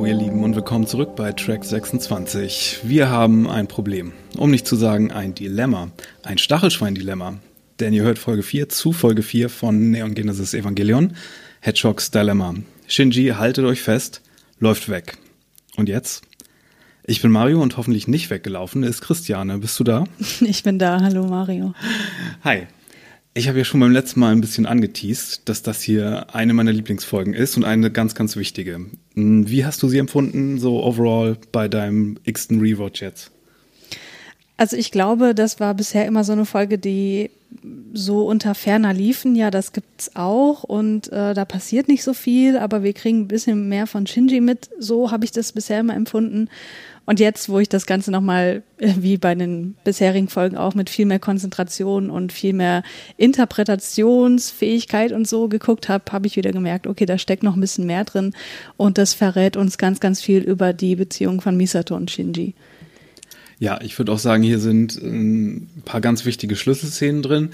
Hallo ihr Lieben und willkommen zurück bei Track 26. Wir haben ein Problem, um nicht zu sagen ein Dilemma, ein Stachelschwein-Dilemma. Denn ihr hört Folge 4 zu Folge 4 von Neon Genesis Evangelion, Hedgehogs Dilemma. Shinji, haltet euch fest, läuft weg. Und jetzt? Ich bin Mario und hoffentlich nicht weggelaufen ist Christiane. Bist du da? Ich bin da, hallo Mario. Hi. Ich habe ja schon beim letzten Mal ein bisschen angeteast, dass das hier eine meiner Lieblingsfolgen ist und eine ganz, ganz wichtige. Wie hast du sie empfunden, so overall bei deinem x-ten Rewatch jetzt? Also ich glaube, das war bisher immer so eine Folge, die so unter ferner liefen. Ja, das gibt's auch und da passiert nicht so viel, aber wir kriegen ein bisschen mehr von Shinji mit. So habe ich das bisher immer empfunden. Und jetzt, wo ich das Ganze nochmal, wie bei den bisherigen Folgen auch, mit viel mehr Konzentration und viel mehr Interpretationsfähigkeit und so geguckt habe, habe ich wieder gemerkt, okay, da steckt noch ein bisschen mehr drin und das verrät uns ganz, ganz viel über die Beziehung von Misato und Shinji. Ja, ich würde auch sagen, hier sind ein paar ganz wichtige Schlüsselszenen drin.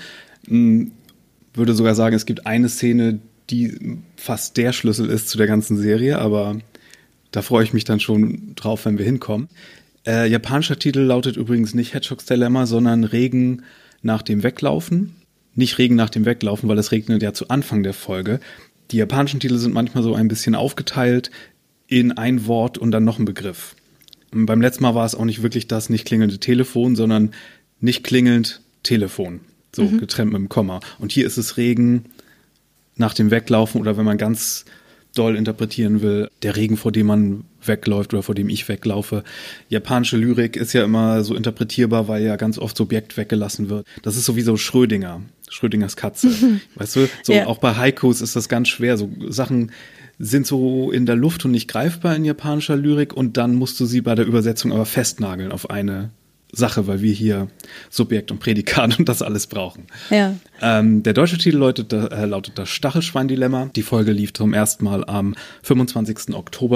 Würde sogar sagen, es gibt eine Szene, die fast der Schlüssel ist zu der ganzen Serie, aber da freue ich mich dann schon drauf, wenn wir hinkommen. Japanischer Titel lautet übrigens nicht Hedgehogs Dilemma, sondern Regen nach dem Weglaufen. Nicht Regen nach dem Weglaufen, weil es regnet ja zu Anfang der Folge. Die japanischen Titel sind manchmal so ein bisschen aufgeteilt in ein Wort und dann noch ein Begriff. Und beim letzten Mal war es auch nicht wirklich das nicht klingelnde Telefon, sondern nicht klingend Telefon. So getrennt mit dem Komma. Und hier ist es Regen nach dem Weglaufen oder wenn man ganz doll interpretieren will, der Regen, vor dem man wegläuft oder vor dem ich weglaufe. Japanische Lyrik ist ja immer so interpretierbar, weil ja ganz oft Subjekt weggelassen wird. Das ist sowieso Schrödingers Katze. Weißt du, so auch bei Haikus ist das ganz schwer. So Sachen sind so in der Luft und nicht greifbar in japanischer Lyrik und dann musst du sie bei der Übersetzung aber festnageln auf eine Sache, weil wir hier Subjekt und Prädikat und das alles brauchen. Ja. Der deutsche Titel lautet das Stachelschwein-Dilemma. Die Folge lief zum ersten Mal am 25. Oktober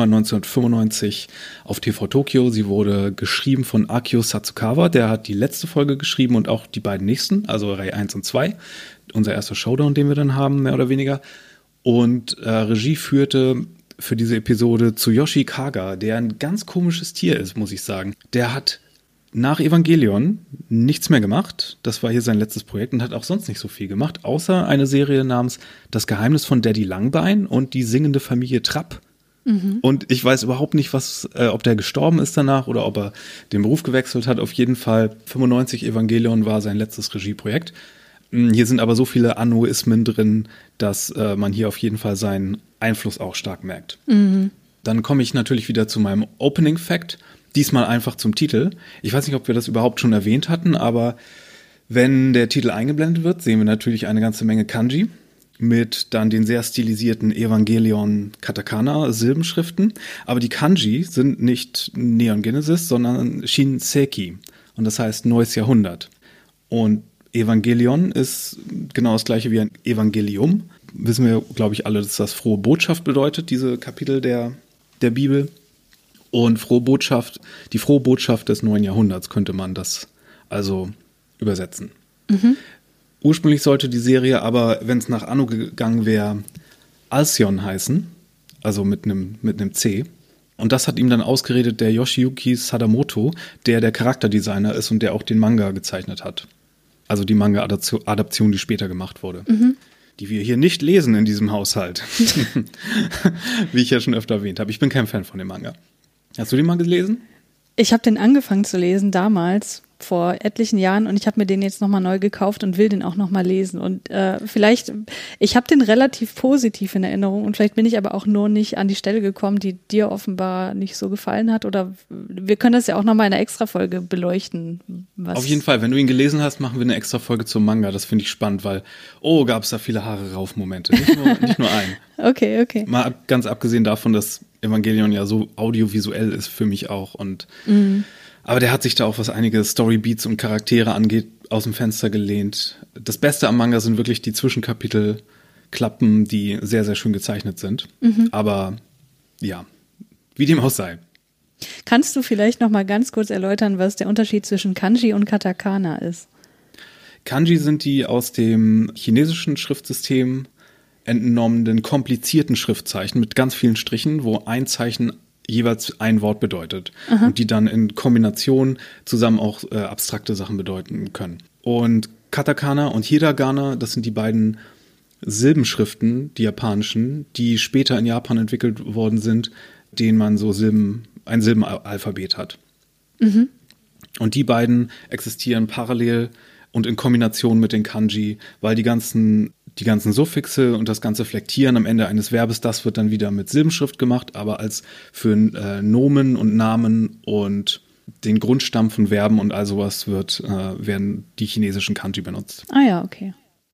1995 auf TV Tokyo. Sie wurde geschrieben von Akio Satsukawa. Der hat die letzte Folge geschrieben und auch die beiden nächsten, also Reihe 1 und 2. Unser erster Showdown, den wir dann haben, mehr oder weniger. Und Regie führte für diese Episode Tsuyoshi Kaga, der ein ganz komisches Tier ist, muss ich sagen. Der hat nach Evangelion nichts mehr gemacht. Das war hier sein letztes Projekt und hat auch sonst nicht so viel gemacht, außer eine Serie namens Das Geheimnis von Daddy Langbein und die singende Familie Trapp. Und ich weiß überhaupt nicht, ob der gestorben ist danach oder ob er den Beruf gewechselt hat. Auf jeden Fall 95 Evangelion war sein letztes Regieprojekt. Hier sind aber so viele Annoismen drin, dass man hier auf jeden Fall seinen Einfluss auch stark merkt. Dann komme ich natürlich wieder zu meinem Opening Fact. Diesmal einfach zum Titel. Ich weiß nicht, ob wir das überhaupt schon erwähnt hatten, aber wenn der Titel eingeblendet wird, sehen wir natürlich eine ganze Menge Kanji mit dann den sehr stilisierten Evangelion Katakana Silbenschriften. Aber die Kanji sind nicht Neon Genesis, sondern Shinseki. Und das heißt neues Jahrhundert. Und Evangelion ist genau das gleiche wie ein Evangelium. Wissen wir, glaube ich, alle, dass das frohe Botschaft bedeutet, diese Kapitel der Bibel. Und die frohe Botschaft des neuen Jahrhunderts könnte man das also übersetzen. Ursprünglich sollte die Serie aber, wenn es nach Anno gegangen wäre, Alcyon heißen, also mit einem C. Und das hat ihm dann ausgeredet der Yoshiyuki Sadamoto, der Charakterdesigner ist und der auch den Manga gezeichnet hat. Also die Manga-Adaption, die später gemacht wurde. Die wir hier nicht lesen in diesem Haushalt. Wie ich ja schon öfter erwähnt habe. Ich bin kein Fan von dem Manga. Hast du den mal gelesen? Ich habe den angefangen zu lesen damals, vor etlichen Jahren, und ich habe mir den jetzt nochmal neu gekauft und will den auch nochmal lesen. Und ich habe den relativ positiv in Erinnerung und vielleicht bin ich aber auch nur nicht an die Stelle gekommen, die dir offenbar nicht so gefallen hat. Oder wir können das ja auch nochmal in einer Extra-Folge beleuchten. Auf jeden Fall, wenn du ihn gelesen hast, machen wir eine Extra-Folge zum Manga. Das finde ich spannend, weil, gab es da viele Haare-Rauf-Momente. Nicht nur einen. Okay. Mal ganz abgesehen davon, dass Evangelion ja so audiovisuell ist für mich auch. Und aber der hat sich da auch, was einige Storybeats und Charaktere angeht, aus dem Fenster gelehnt. Das Beste am Manga sind wirklich die Zwischenkapitelklappen, die sehr, sehr schön gezeichnet sind. Aber ja, wie dem auch sei. Kannst du vielleicht noch mal ganz kurz erläutern, was der Unterschied zwischen Kanji und Katakana ist? Kanji sind die aus dem chinesischen Schriftsystem entnommenen komplizierten Schriftzeichen mit ganz vielen Strichen, wo ein Zeichen jeweils ein Wort bedeutet. Aha. Und die dann in Kombination zusammen auch abstrakte Sachen bedeuten können. Und Katakana und Hiragana, das sind die beiden Silbenschriften, die japanischen, die später in Japan entwickelt worden sind, denen man so ein Silbenalphabet hat. Mhm. Und die beiden existieren parallel und in Kombination mit den Kanji, weil die ganzen Suffixe und das ganze Flektieren am Ende eines Verbes, das wird dann wieder mit Silbenschrift gemacht, aber als für Nomen und Namen und den Grundstamm von Verben und all sowas werden die chinesischen Kanji benutzt. Ah ja, okay.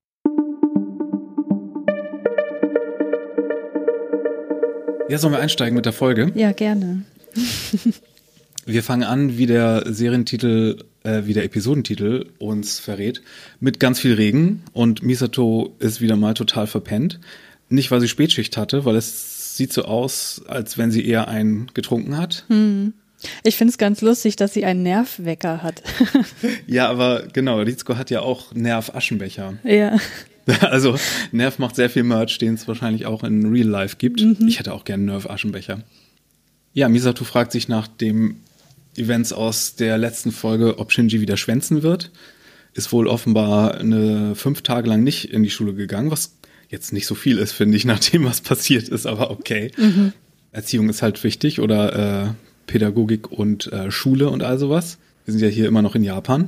Ja, sollen wir einsteigen mit der Folge? Ja, gerne. Wir fangen an, wie der Episodentitel uns verrät, mit ganz viel Regen und Misato ist wieder mal total verpennt. Nicht, weil sie Spätschicht hatte, weil es sieht so aus, als wenn sie eher einen getrunken hat. Ich finde es ganz lustig, dass sie einen Nervwecker hat. Ja, aber genau, Ritsuko hat ja auch Nerv-Aschenbecher. Ja. Also Nerv macht sehr viel Merch, den es wahrscheinlich auch in Real Life gibt. Mhm. Ich hätte auch gerne einen Nerv-Aschenbecher. Ja, Misato fragt sich nach dem Events aus der letzten Folge, ob Shinji wieder schwänzen wird. Ist wohl offenbar 5 Tage lang nicht in die Schule gegangen, was jetzt nicht so viel ist, finde ich, nach dem, was passiert ist, aber okay. Mhm. Erziehung ist halt wichtig oder Pädagogik und Schule und all sowas. Wir sind ja hier immer noch in Japan.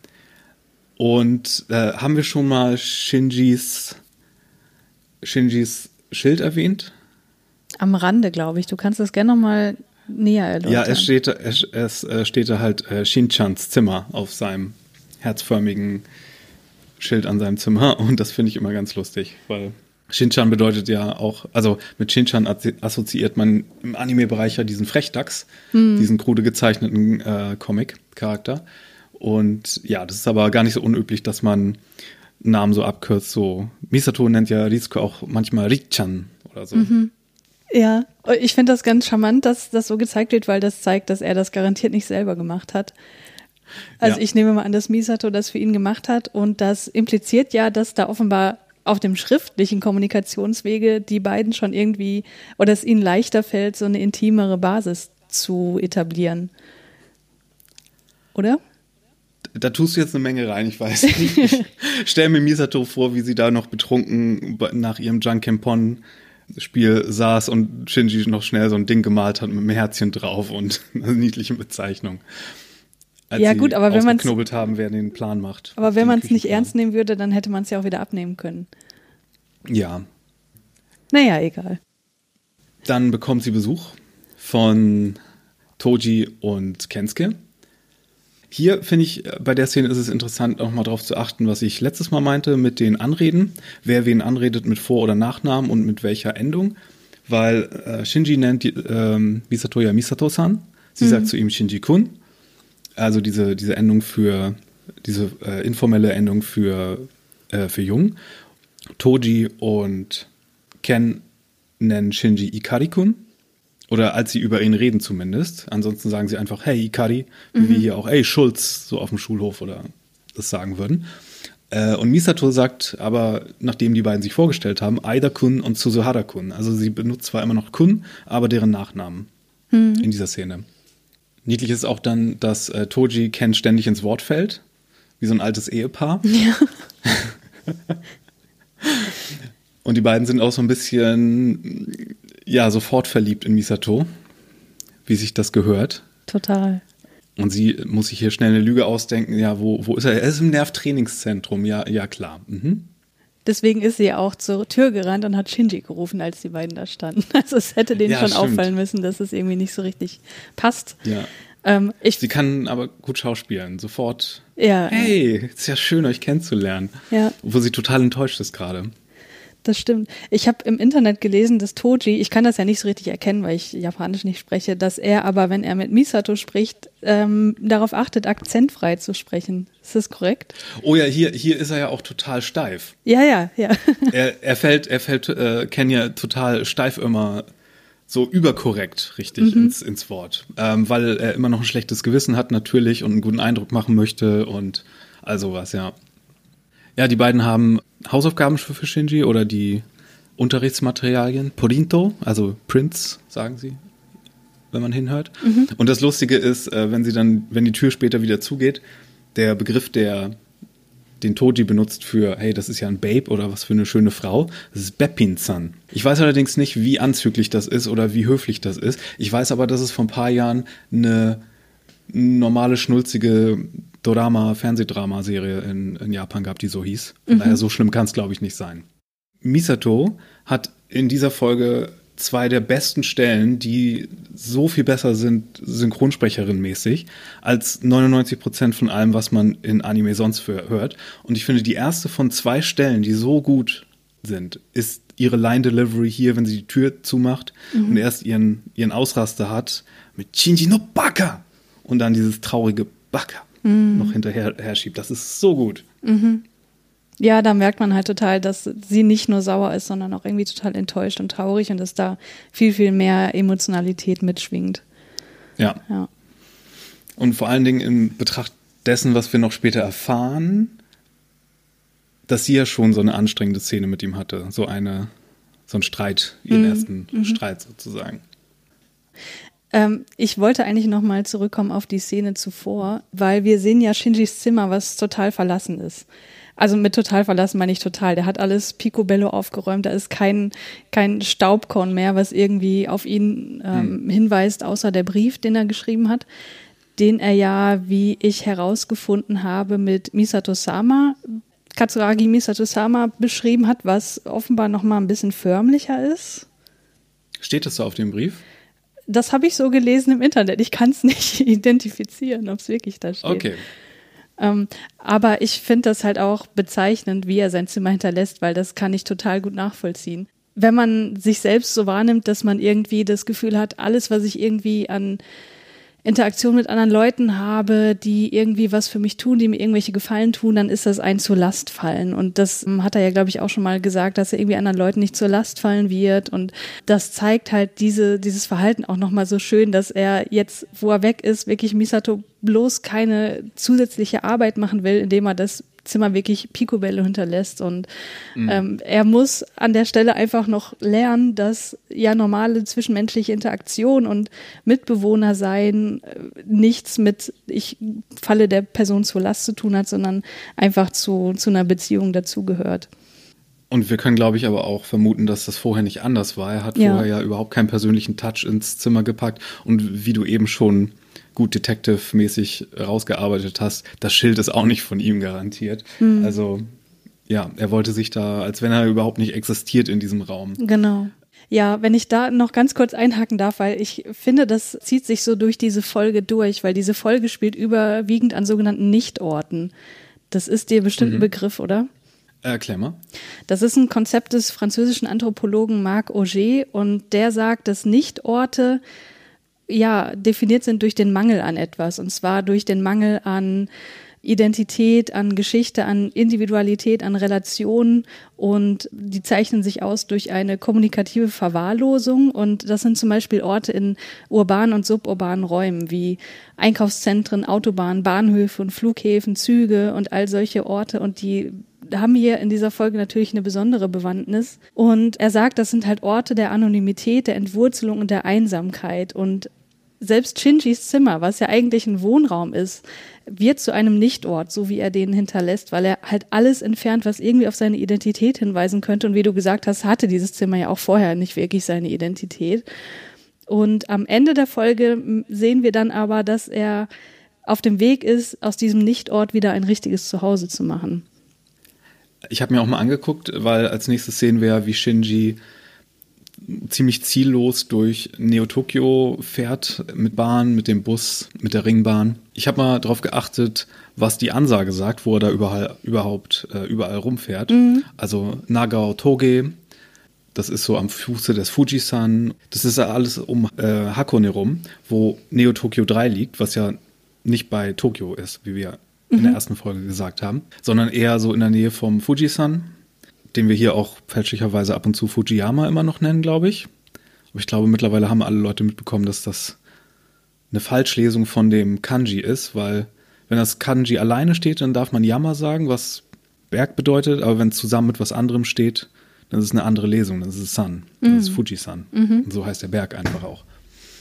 Und haben wir schon mal Shinjis Schild erwähnt? Am Rande, glaube ich. Du kannst das gerne nochmal näher erläutern. Ja, es steht da halt Shin-chans Zimmer auf seinem herzförmigen Schild an seinem Zimmer. Und das finde ich immer ganz lustig, weil Shin-chan bedeutet ja auch, also mit Shin-chan assoziiert man im Anime-Bereich ja diesen Frechdachs, diesen krude gezeichneten Comic-Charakter. Und ja, das ist aber gar nicht so unüblich, dass man Namen so abkürzt. So Misato nennt ja Ritsuko auch manchmal Rik-chan oder so. Mhm. Ja, ich finde das ganz charmant, dass das so gezeigt wird, weil das zeigt, dass er das garantiert nicht selber gemacht hat. Also ja. Ich nehme mal an, dass Misato das für ihn gemacht hat und das impliziert ja, dass da offenbar auf dem schriftlichen Kommunikationswege die beiden schon irgendwie, oder es ihnen leichter fällt, so eine intimere Basis zu etablieren. Oder? Da tust du jetzt eine Menge rein, ich weiß nicht. Ich stelle mir Misato vor, wie sie da noch betrunken nach ihrem Jankenpon-Spiel saß und Shinji noch schnell so ein Ding gemalt hat mit einem Herzchen drauf und einer niedlichen Bezeichnung. Als ja gut, aber wenn man ausgeknobelt haben, wer den Plan macht. Aber wenn man es nicht ernst nehmen würde, dann hätte man es ja auch wieder abnehmen können. Ja. Naja, egal. Dann bekommt sie Besuch von Toji und Kensuke. Hier finde ich, bei der Szene ist es interessant, auch mal darauf zu achten, was ich letztes Mal meinte mit den Anreden. Wer wen anredet mit Vor- oder Nachnamen und mit welcher Endung. Weil Shinji nennt Misato ja Misato-san. Sie sagt zu ihm Shinji-kun. Also diese Endung diese informelle Endung für Jung. Toji und Ken nennen Shinji Ikari-kun. Oder als sie über ihn reden zumindest. Ansonsten sagen sie einfach, hey Ikari, wie wir hier auch, ey Schulz, so auf dem Schulhof oder das sagen würden. Und Misato sagt aber, nachdem die beiden sich vorgestellt haben, Aida-kun und Suzuhara-kun. Also sie benutzt zwar immer noch Kun, aber deren Nachnamen in dieser Szene. Niedlich ist auch dann, dass Toji Ken ständig ins Wort fällt, wie so ein altes Ehepaar. Ja. Und die beiden sind auch so ein bisschen, ja, sofort verliebt in Misato, wie sich das gehört. Total. Und sie muss sich hier schnell eine Lüge ausdenken. Ja, wo ist er? Er ist im Nervtrainingszentrum. Ja, klar. Mhm. Deswegen ist sie auch zur Tür gerannt und hat Shinji gerufen, als die beiden da standen. Also es hätte denen schon auffallen müssen, dass es irgendwie nicht so richtig passt. Ja. Sie kann aber gut schauspielen. Sofort. Ja. Hey, ist ja schön, euch kennenzulernen. Ja. Obwohl sie total enttäuscht ist gerade. Das stimmt. Ich habe im Internet gelesen, dass Toji, ich kann das ja nicht so richtig erkennen, weil ich Japanisch nicht spreche, dass er aber, wenn er mit Misato spricht, darauf achtet, akzentfrei zu sprechen. Ist das korrekt? Oh ja, hier ist er ja auch total steif. Ja. Er fällt Ken ja total steif immer so überkorrekt richtig ins Wort. Weil er immer noch ein schlechtes Gewissen hat natürlich und einen guten Eindruck machen möchte und all sowas, ja. Ja, die beiden haben Hausaufgaben für Shinji oder die Unterrichtsmaterialien. Porinto, also Prints, sagen sie. wenn man hinhört. Und das Lustige ist, wenn die Tür später wieder zugeht, der Begriff, den Toji benutzt für, hey, das ist ja ein Babe oder was für eine schöne Frau, das ist Beppin-san. Ich weiß allerdings nicht, wie anzüglich das ist oder wie höflich das ist. Ich weiß aber, dass es vor ein paar Jahren eine normale, schnulzige Fernsehdrama-Serie in Japan gab, die so hieß. Von daher, so schlimm kann es, glaube ich, nicht sein. Misato hat in dieser Folge 2 der besten Stellen, die so viel besser sind, Synchronsprecherin-mäßig, als 99% von allem, was man in Anime sonst hört. Und ich finde, die erste von 2 Stellen, die so gut sind, ist ihre Line-Delivery hier, wenn sie die Tür zumacht und erst ihren Ausraster hat mit Shinji no Baka und dann dieses traurige Baka noch hinterher schiebt. Das ist so gut. Ja, da merkt man halt total, dass sie nicht nur sauer ist, sondern auch irgendwie total enttäuscht und traurig und dass da viel, viel mehr Emotionalität mitschwingt. Ja. Und vor allen Dingen in Betracht dessen, was wir noch später erfahren, dass sie ja schon so eine anstrengende Szene mit ihm hatte. So ein Streit, ihren ersten Streit sozusagen. Ich wollte eigentlich nochmal zurückkommen auf die Szene zuvor, weil wir sehen ja Shinjis Zimmer, was total verlassen ist. Also mit total verlassen meine ich total. Der hat alles picobello aufgeräumt, da ist kein Staubkorn mehr, was irgendwie auf ihn hinweist, außer der Brief, den er geschrieben hat, den er ja, wie ich herausgefunden habe, mit Katsuragi Misato-sama beschrieben hat, was offenbar nochmal ein bisschen förmlicher ist. Steht das so auf dem Brief? Das habe ich so gelesen im Internet. Ich kann es nicht identifizieren, ob es wirklich da steht. Okay. Aber ich finde das halt auch bezeichnend, wie er sein Zimmer hinterlässt, weil das kann ich total gut nachvollziehen. Wenn man sich selbst so wahrnimmt, dass man irgendwie das Gefühl hat, alles, was ich irgendwie an Interaktion mit anderen Leuten habe, die irgendwie was für mich tun, die mir irgendwelche Gefallen tun, dann ist das ein zur Last fallen. Und das hat er ja, glaube ich, auch schon mal gesagt, dass er irgendwie anderen Leuten nicht zur Last fallen wird. Und das zeigt halt dieses Verhalten auch nochmal so schön, dass er jetzt, wo er weg ist, wirklich Misato bloß keine zusätzliche Arbeit machen will, indem er das Zimmer wirklich picobello hinterlässt und er muss an der Stelle einfach noch lernen, dass ja normale zwischenmenschliche Interaktion und Mitbewohner sein nichts mit ich falle der Person zur Last zu tun hat, sondern einfach zu einer Beziehung dazugehört. Und wir können, glaube ich, aber auch vermuten, dass das vorher nicht anders war. Er hat vorher ja überhaupt keinen persönlichen Touch ins Zimmer gepackt und wie du eben schon gut Detective-mäßig rausgearbeitet hast, das Schild ist auch nicht von ihm garantiert. Also ja, er wollte sich da, als wenn er überhaupt nicht existiert in diesem Raum. Genau. Ja, wenn ich da noch ganz kurz einhaken darf, weil ich finde, das zieht sich so durch diese Folge durch, weil diese Folge spielt überwiegend an sogenannten Nichtorten. Das ist dir bestimmt ein Begriff, oder? Erklär mal. Das ist ein Konzept des französischen Anthropologen Marc Auger und der sagt, dass Nichtorte definiert sind durch den Mangel an etwas, und zwar durch den Mangel an Identität, an Geschichte, an Individualität, an Relationen, und die zeichnen sich aus durch eine kommunikative Verwahrlosung, und das sind zum Beispiel Orte in urbanen und suburbanen Räumen wie Einkaufszentren, Autobahnen, Bahnhöfe und Flughäfen, Züge und all solche Orte, und die haben hier in dieser Folge natürlich eine besondere Bewandtnis. Und er sagt, das sind halt Orte der Anonymität, der Entwurzelung und der Einsamkeit. Und selbst Shinjis Zimmer, was ja eigentlich ein Wohnraum ist, wird zu einem Nichtort, so wie er den hinterlässt, weil er halt alles entfernt, was irgendwie auf seine Identität hinweisen könnte. Und wie du gesagt hast, hatte dieses Zimmer ja auch vorher nicht wirklich seine Identität. Und am Ende der Folge sehen wir dann aber, dass er auf dem Weg ist, aus diesem Nichtort wieder ein richtiges Zuhause zu machen. Ich habe mir auch mal angeguckt, weil als nächstes sehen wir, wie Shinji ziemlich ziellos durch Neo-Tokyo fährt, mit Bahn, mit dem Bus, mit der Ringbahn. Ich habe mal drauf geachtet, was die Ansage sagt, wo er da überall rumfährt. Also Nagao Toge, das ist so am Fuße des Fujisan. Das ist ja alles um Hakone rum, wo Neo-Tokyo 3 liegt, was ja nicht bei Tokio ist, wie wir in der ersten Folge gesagt haben, sondern eher so in der Nähe vom Fujisan, den wir hier auch fälschlicherweise ab und zu Fujiyama immer noch nennen, glaube ich. Aber ich glaube, mittlerweile haben alle Leute mitbekommen, dass das eine Falschlesung von dem Kanji ist, weil wenn das Kanji alleine steht, dann darf man Yama sagen, was Berg bedeutet, aber wenn es zusammen mit was anderem steht, dann ist es eine andere Lesung, dann ist es San, das ist Fujisan. Und so heißt der Berg einfach auch.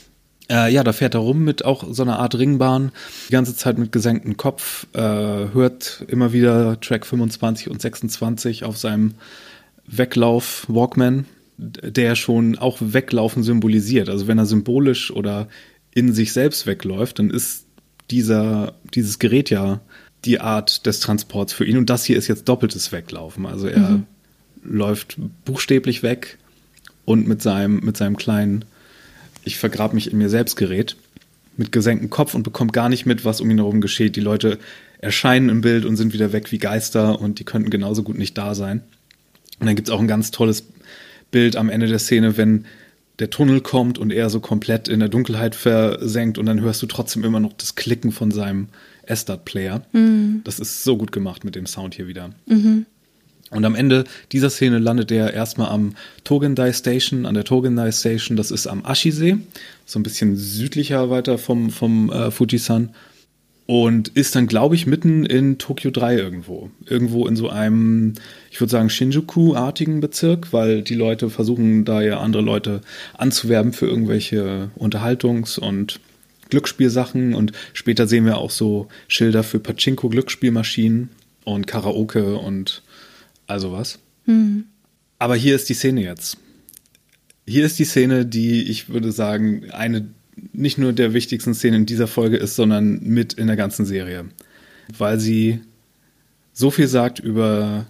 Da fährt er rum mit auch so einer Art Ringbahn, die ganze Zeit mit gesenktem Kopf, hört immer wieder Track 25 und 26 auf seinem Weglauf-Walkman, der schon auch Weglaufen symbolisiert. Also wenn er symbolisch oder in sich selbst wegläuft, dann ist dieses Gerät ja die Art des Transports für ihn. Und das hier ist jetzt doppeltes Weglaufen. Also er läuft buchstäblich weg und mit seinem kleinen Ich vergrab mich in mir selbst Gerät mit gesenktem Kopf und bekommt gar nicht mit, was um ihn herum geschieht. Die Leute erscheinen im Bild und sind wieder weg wie Geister und die könnten genauso gut nicht da sein. Und dann gibt's auch ein ganz tolles Bild am Ende der Szene, wenn der Tunnel kommt und er so komplett in der Dunkelheit versenkt und dann hörst du trotzdem immer noch das Klicken von seinem Estat-Player. Das ist so gut gemacht mit dem Sound hier wieder. Und am Ende dieser Szene landet er erstmal an der Togendai Station, das ist am Ashi-See, so ein bisschen südlicher weiter vom Fujisan. Und ist dann, glaube ich, mitten in Tokio 3 irgendwo. Irgendwo in so einem, ich würde sagen, Shinjuku-artigen Bezirk, weil die Leute versuchen, da ja andere Leute anzuwerben für irgendwelche Unterhaltungs- und Glücksspielsachen. Und später sehen wir auch so Schilder für Pachinko-Glücksspielmaschinen und Karaoke und also was. Aber hier ist die Szene jetzt. Hier ist die Szene, die, ich würde sagen, eine nicht nur der wichtigsten Szenen in dieser Folge ist, sondern mit in der ganzen Serie. Weil sie so viel sagt über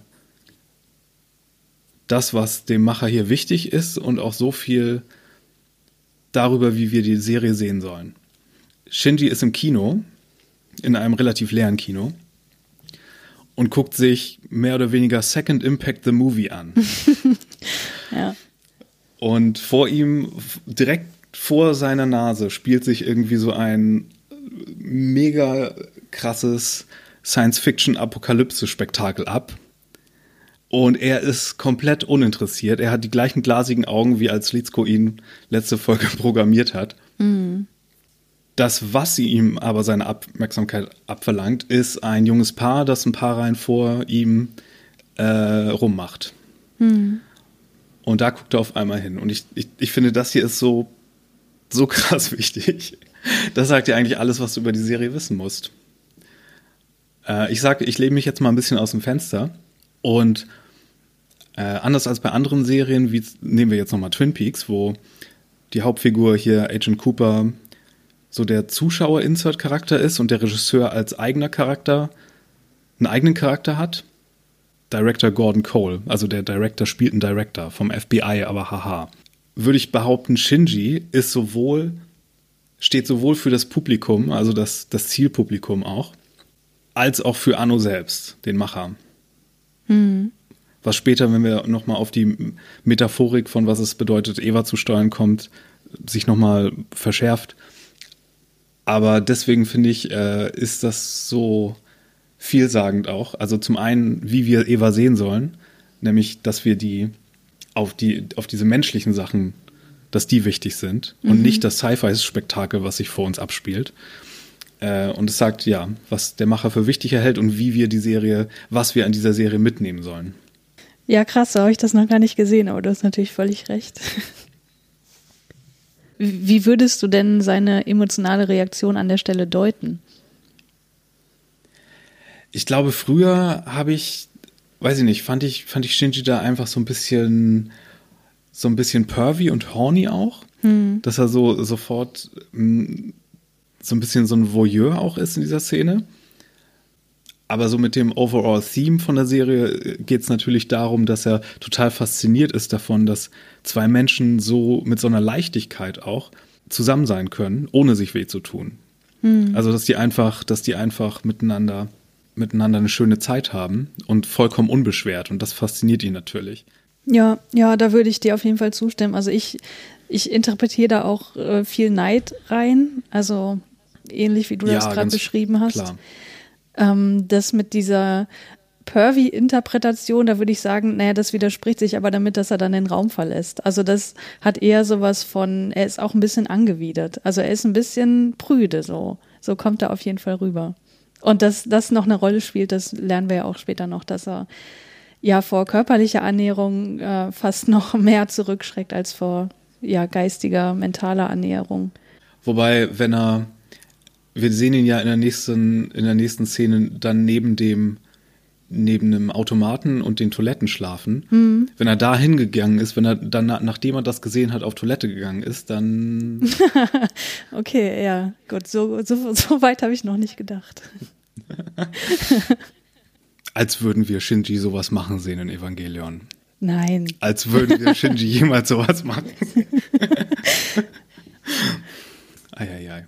das, was dem Macher hier wichtig ist und auch so viel darüber, wie wir die Serie sehen sollen. Shinji ist im Kino, in einem relativ leeren Kino und guckt sich mehr oder weniger Second Impact the Movie an. Ja. Und vor ihm, direkt vor seiner Nase, spielt sich irgendwie so ein mega krasses Science-Fiction-Apokalypse-Spektakel ab. Und er ist komplett uninteressiert. Er hat die gleichen glasigen Augen, wie als Litzko ihn letzte Folge programmiert hat. Das, was sie ihm aber seine Aufmerksamkeit abverlangt, ist ein junges Paar, das ein paar Reihen vor ihm rummacht. Und da guckt er auf einmal hin. Und ich finde, das hier ist so krass wichtig. Das sagt ja eigentlich alles, was du über die Serie wissen musst. Ich lehne mich jetzt mal ein bisschen aus dem Fenster. Und anders als bei anderen Serien, wie nehmen wir jetzt nochmal Twin Peaks, wo die Hauptfigur hier, Agent Cooper, so der Zuschauer-Insert-Charakter ist und der Regisseur als eigener Charakter einen eigenen Charakter hat. Director Gordon Cole, also der Director spielt einen Director vom FBI, aber haha. Würde ich behaupten, Shinji steht sowohl für das Publikum, also das Zielpublikum auch, als auch für Anno selbst, den Macher. Was später, wenn wir nochmal auf die Metaphorik von was es bedeutet, Eva zu steuern kommt, sich nochmal verschärft. Aber deswegen finde ich, ist das so vielsagend auch. Also zum einen, wie wir Eva sehen sollen, nämlich, dass wir auf diese menschlichen Sachen, dass die wichtig sind und nicht das Sci-Fi-Spektakel, was sich vor uns abspielt. Und es sagt, ja, was der Macher für wichtig erhält und wie wir was wir an dieser Serie mitnehmen sollen. Ja, krass, da habe ich das noch gar nicht gesehen, aber du hast natürlich völlig recht. Wie würdest du denn seine emotionale Reaktion an der Stelle deuten? Ich glaube, früher weiß ich nicht, fand ich Shinji da einfach so ein bisschen pervy und horny auch, dass er so sofort so ein bisschen so ein Voyeur auch ist in dieser Szene. Aber so mit dem Overall-Theme von der Serie geht es natürlich darum, dass er total fasziniert ist davon, dass zwei Menschen so mit so einer Leichtigkeit auch zusammen sein können, ohne sich weh zu tun. Also dass die einfach miteinander eine schöne Zeit haben und vollkommen unbeschwert. Und das fasziniert ihn natürlich. Ja, da würde ich dir auf jeden Fall zustimmen. Also ich interpretiere da auch viel Neid rein. Also ähnlich wie du das gerade beschrieben hast. Klar. Das mit dieser Pervy-Interpretation, da würde ich sagen, naja, das widerspricht sich aber damit, dass er dann den Raum verlässt. Also das hat eher sowas von, er ist auch ein bisschen angewidert. Also er ist ein bisschen prüde, so kommt er auf jeden Fall rüber. Und dass das noch eine Rolle spielt, das lernen wir ja auch später noch, dass er ja vor körperlicher Annäherung fast noch mehr zurückschreckt als vor geistiger, mentaler Annäherung. Wobei, wir sehen ihn ja in der nächsten Szene dann neben einem Automaten und den Toiletten schlafen. Wenn er da hingegangen ist, wenn er dann, nachdem er das gesehen hat, auf Toilette gegangen ist, dann... Okay, ja, gut, so weit habe ich noch nicht gedacht. Als würden wir Shinji sowas machen sehen in Evangelion. Nein. Als würden wir Shinji jemals sowas machen sehen. Eieiei.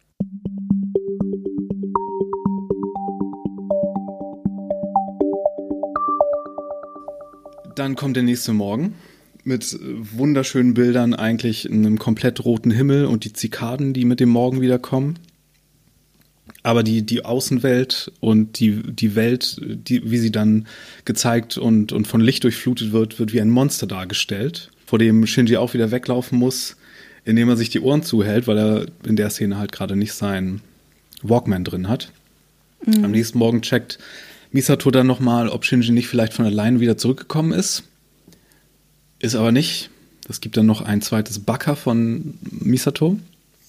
Dann kommt der nächste Morgen mit wunderschönen Bildern, eigentlich in einem komplett roten Himmel und die Zikaden, die mit dem Morgen wiederkommen. Aber die Außenwelt und die Welt, wie sie dann gezeigt und von Licht durchflutet wird wie ein Monster dargestellt, vor dem Shinji auch wieder weglaufen muss, indem er sich die Ohren zuhält, weil er in der Szene halt gerade nicht seinen Walkman drin hat. Am nächsten Morgen checkt Misato dann nochmal, ob Shinji nicht vielleicht von alleine wieder zurückgekommen ist. Ist aber nicht. Es gibt dann noch ein zweites Baka von Misato.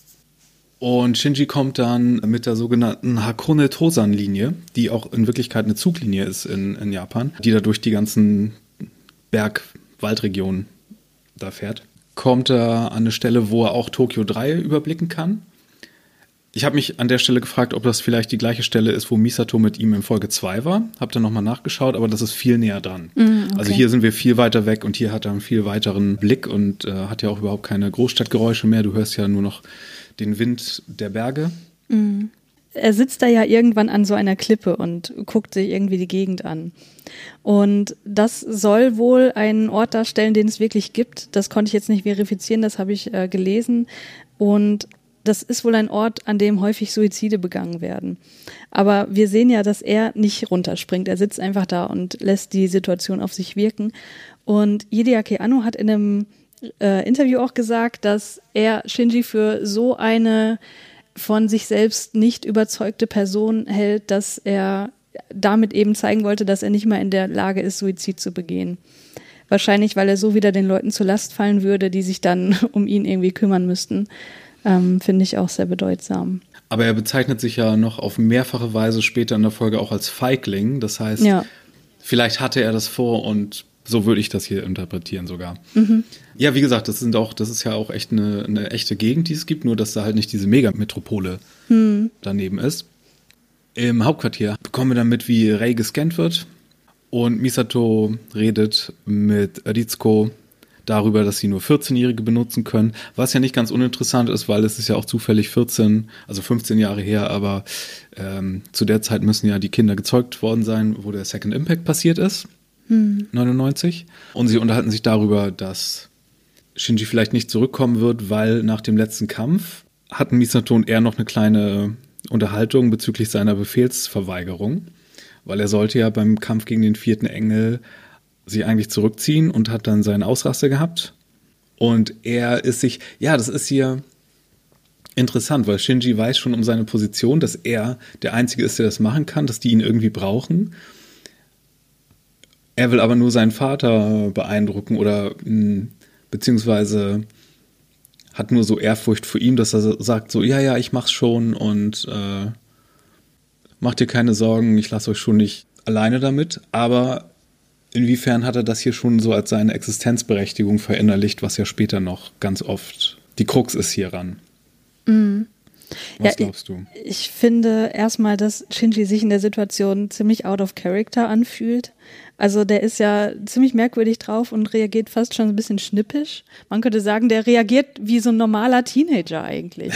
Und Shinji kommt dann mit der sogenannten Hakone-Tosan-Linie, die auch in Wirklichkeit eine Zuglinie ist in Japan, die da durch die ganzen Berg-Waldregionen da fährt. Kommt er an eine Stelle, wo er auch Tokio 3 überblicken kann. Ich habe mich an der Stelle gefragt, ob das vielleicht die gleiche Stelle ist, wo Misato mit ihm in Folge 2 war. Hab dann nochmal nachgeschaut, aber das ist viel näher dran. Okay. Also hier sind wir viel weiter weg und hier hat er einen viel weiteren Blick und hat ja auch überhaupt keine Großstadtgeräusche mehr. Du hörst ja nur noch den Wind der Berge. Er sitzt da ja irgendwann an so einer Klippe und guckt sich irgendwie die Gegend an. Und das soll wohl einen Ort darstellen, den es wirklich gibt. Das konnte ich jetzt nicht verifizieren, das habe ich gelesen. Und das ist wohl ein Ort, an dem häufig Suizide begangen werden. Aber wir sehen ja, dass er nicht runterspringt. Er sitzt einfach da und lässt die Situation auf sich wirken. Und Hideaki Anno hat in einem Interview auch gesagt, dass er Shinji für so eine von sich selbst nicht überzeugte Person hält, dass er damit eben zeigen wollte, dass er nicht mal in der Lage ist, Suizid zu begehen. Wahrscheinlich, weil er so wieder den Leuten zur Last fallen würde, die sich dann um ihn irgendwie kümmern müssten. Finde ich auch sehr bedeutsam. Aber er bezeichnet sich ja noch auf mehrfache Weise später in der Folge auch als Feigling. Das heißt, vielleicht hatte er das vor und so würde ich das hier interpretieren sogar. Ja, wie gesagt, das ist ja auch echt eine echte Gegend, die es gibt, nur dass da halt nicht diese Megametropole daneben ist. Im Hauptquartier bekommen wir dann mit, wie Rei gescannt wird und Misato redet mit Ritsuko darüber, dass sie nur 14-Jährige benutzen können, was ja nicht ganz uninteressant ist, weil es ist ja auch zufällig 15 Jahre her, aber zu der Zeit müssen ja die Kinder gezeugt worden sein, wo der Second Impact passiert ist, 99. Und sie unterhalten sich darüber, dass Shinji vielleicht nicht zurückkommen wird, weil nach dem letzten Kampf hatten Misato und er noch eine kleine Unterhaltung bezüglich seiner Befehlsverweigerung, weil er sollte ja beim Kampf gegen den 4. Engel sich eigentlich zurückziehen und hat dann seinen Ausraster gehabt. Und er ist sich, das ist hier interessant, weil Shinji weiß schon um seine Position, dass er der Einzige ist, der das machen kann, dass die ihn irgendwie brauchen. Er will aber nur seinen Vater beeindrucken oder beziehungsweise hat nur so Ehrfurcht vor ihm, dass er sagt so, ja, ich mach's schon und macht dir keine Sorgen, ich lasse euch schon nicht alleine damit, aber inwiefern hat er das hier schon so als seine Existenzberechtigung verinnerlicht, was ja später noch ganz oft die Krux ist hieran? Was glaubst du? Ich finde erstmal, dass Shinji sich in der Situation ziemlich out of character anfühlt. Also der ist ja ziemlich merkwürdig drauf und reagiert fast schon ein bisschen schnippisch. Man könnte sagen, der reagiert wie so ein normaler Teenager eigentlich.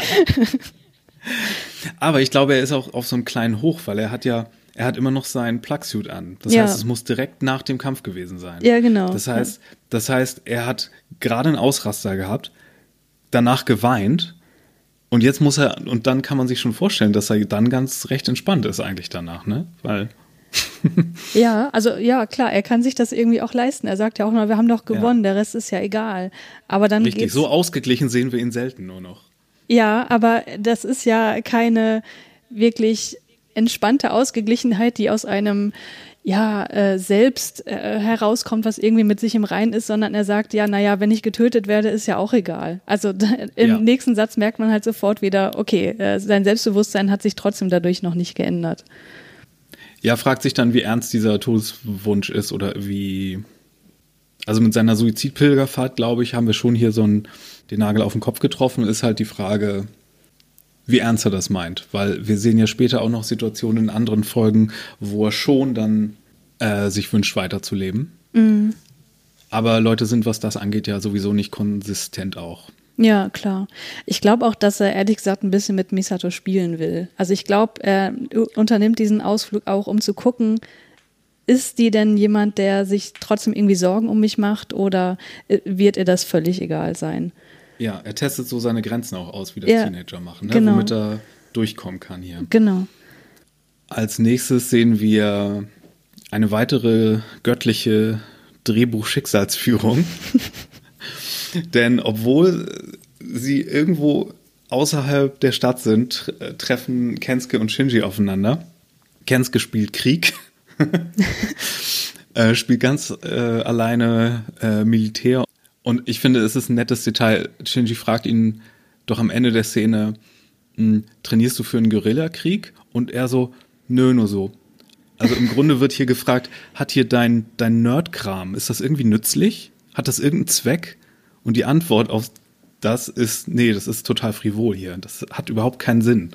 Aber ich glaube, er ist auch auf so einem kleinen Hoch, weil er hat immer noch seinen Plugsuit an. Das heißt, es muss direkt nach dem Kampf gewesen sein. Ja, genau. Das heißt, er hat gerade einen Ausraster gehabt, danach geweint und jetzt und dann kann man sich schon vorstellen, dass er dann ganz recht entspannt ist eigentlich danach, ne? Weil ja, also ja, klar, er kann sich das irgendwie auch leisten. Er sagt ja auch mal, wir haben doch gewonnen, der Rest ist ja egal. Aber dann richtig, so ausgeglichen sehen wir ihn selten nur noch. Ja, aber das ist ja keine wirklich entspannte Ausgeglichenheit, die aus einem selbst herauskommt, was irgendwie mit sich im Reinen ist, sondern er sagt, wenn ich getötet werde, ist ja auch egal. Also im nächsten Satz merkt man halt sofort wieder, okay, sein Selbstbewusstsein hat sich trotzdem dadurch noch nicht geändert. Ja, fragt sich dann, wie ernst dieser Todeswunsch ist oder wie. Also mit seiner Suizidpilgerfahrt, glaube ich, haben wir schon hier den Nagel auf den Kopf getroffen. Ist halt die Frage, wie ernst er das meint. Weil wir sehen ja später auch noch Situationen in anderen Folgen, wo er schon dann sich wünscht, weiterzuleben. Mhm. Aber Leute sind, was das angeht, ja sowieso nicht konsistent auch. Ja, klar. Ich glaube auch, dass er ehrlich gesagt ein bisschen mit Misato spielen will. Also ich glaube, er unternimmt diesen Ausflug auch, um zu gucken, ist die denn jemand, der sich trotzdem irgendwie Sorgen um mich macht oder wird ihr das völlig egal sein? Ja, er testet so seine Grenzen auch aus, wie das Teenager machen, ne? Genau. Womit er durchkommen kann hier. Genau. Als nächstes sehen wir eine weitere göttliche Drehbuch-Schicksalsführung. Denn obwohl sie irgendwo außerhalb der Stadt sind, treffen Kensuke und Shinji aufeinander. Kensuke spielt Krieg. Spielt ganz alleine Militär. Und ich finde, es ist ein nettes Detail. Shinji fragt ihn doch am Ende der Szene, trainierst du für einen Guerillakrieg? Und er so, nö, nur so. Also im Grunde wird hier gefragt, hat hier dein Nerdkram, ist das irgendwie nützlich? Hat das irgendeinen Zweck? Und die Antwort auf das ist, nee, das ist total frivol hier. Das hat überhaupt keinen Sinn.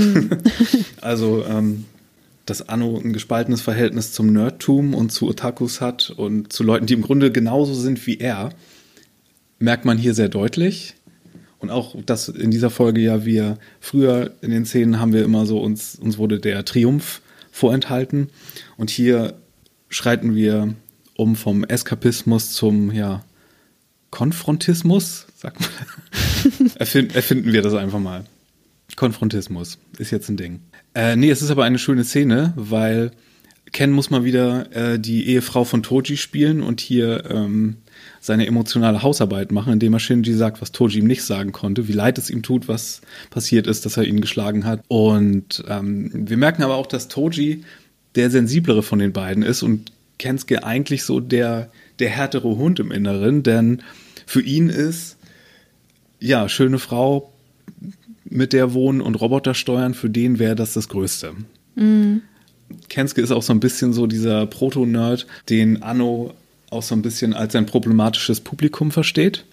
Also, dass Anno ein gespaltenes Verhältnis zum Nerdtum und zu Otakus hat und zu Leuten, die im Grunde genauso sind wie er, merkt man hier sehr deutlich. Und auch, dass in dieser Folge ja wir früher in den Szenen haben wir immer so, uns wurde der Triumph vorenthalten. Und hier schreiten wir um vom Eskapismus zum, Konfrontismus, sagt man. Erfinden wir das einfach mal. Konfrontismus ist jetzt ein Ding. Es ist aber eine schöne Szene, weil Ken muss mal wieder die Ehefrau von Toji spielen und hier seine emotionale Hausarbeit machen, indem er Shinji sagt, was Toji ihm nicht sagen konnte, wie leid es ihm tut, was passiert ist, dass er ihn geschlagen hat. Und wir merken aber auch, dass Toji der sensiblere von den beiden ist und Kensuke eigentlich so der härtere Hund im Inneren, denn für ihn ist, schöne Frau, mit der wohnen und Roboter steuern, für den wäre das Größte. Mhm. Kensuke ist auch so ein bisschen so dieser Proto-Nerd, den Anno auch so ein bisschen als ein problematisches Publikum versteht.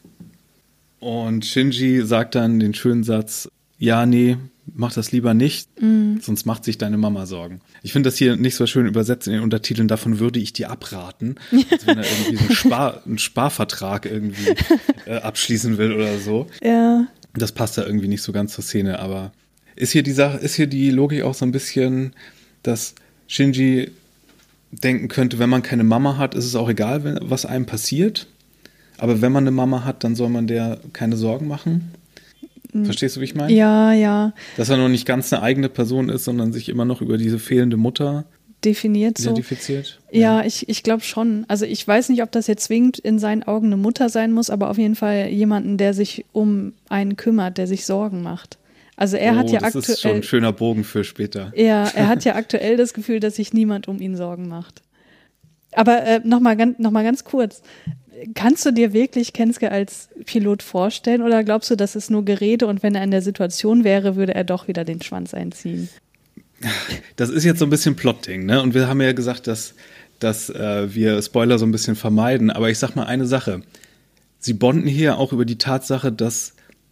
Und Shinji sagt dann den schönen Satz, ja, nee, mach das lieber nicht, sonst macht sich deine Mama Sorgen. Ich finde das hier nicht so schön übersetzt in den Untertiteln, davon würde ich dir abraten, als wenn er irgendwie so einen Sparvertrag irgendwie abschließen will oder so. Ja. Das passt da irgendwie nicht so ganz zur Szene, aber ist hier die Logik auch so ein bisschen, dass Shinji denken könnte, wenn man keine Mama hat, ist es auch egal, was einem passiert. Aber wenn man eine Mama hat, dann soll man der keine Sorgen machen. Verstehst du, wie ich meine? Ja. Dass er noch nicht ganz eine eigene Person ist, sondern sich immer noch über diese fehlende Mutter identifiziert. So. Ja, ich glaube schon. Also ich weiß nicht, ob das jetzt zwingend in seinen Augen eine Mutter sein muss, aber auf jeden Fall jemanden, der sich um einen kümmert, der sich Sorgen macht. Also er hat ja aktuell. Das ist schon ein schöner Bogen für später. Ja, er hat ja aktuell das Gefühl, dass sich niemand um ihn Sorgen macht. Aber noch mal ganz kurz. Kannst du dir wirklich Kensuke als Pilot vorstellen oder glaubst du, das ist nur Gerede und wenn er in der Situation wäre, würde er doch wieder den Schwanz einziehen? Das ist jetzt so ein bisschen Plotting, ne? Und wir haben ja gesagt, dass wir Spoiler so ein bisschen vermeiden. Aber ich sag mal eine Sache. Sie bonden hier auch über die Tatsache, dass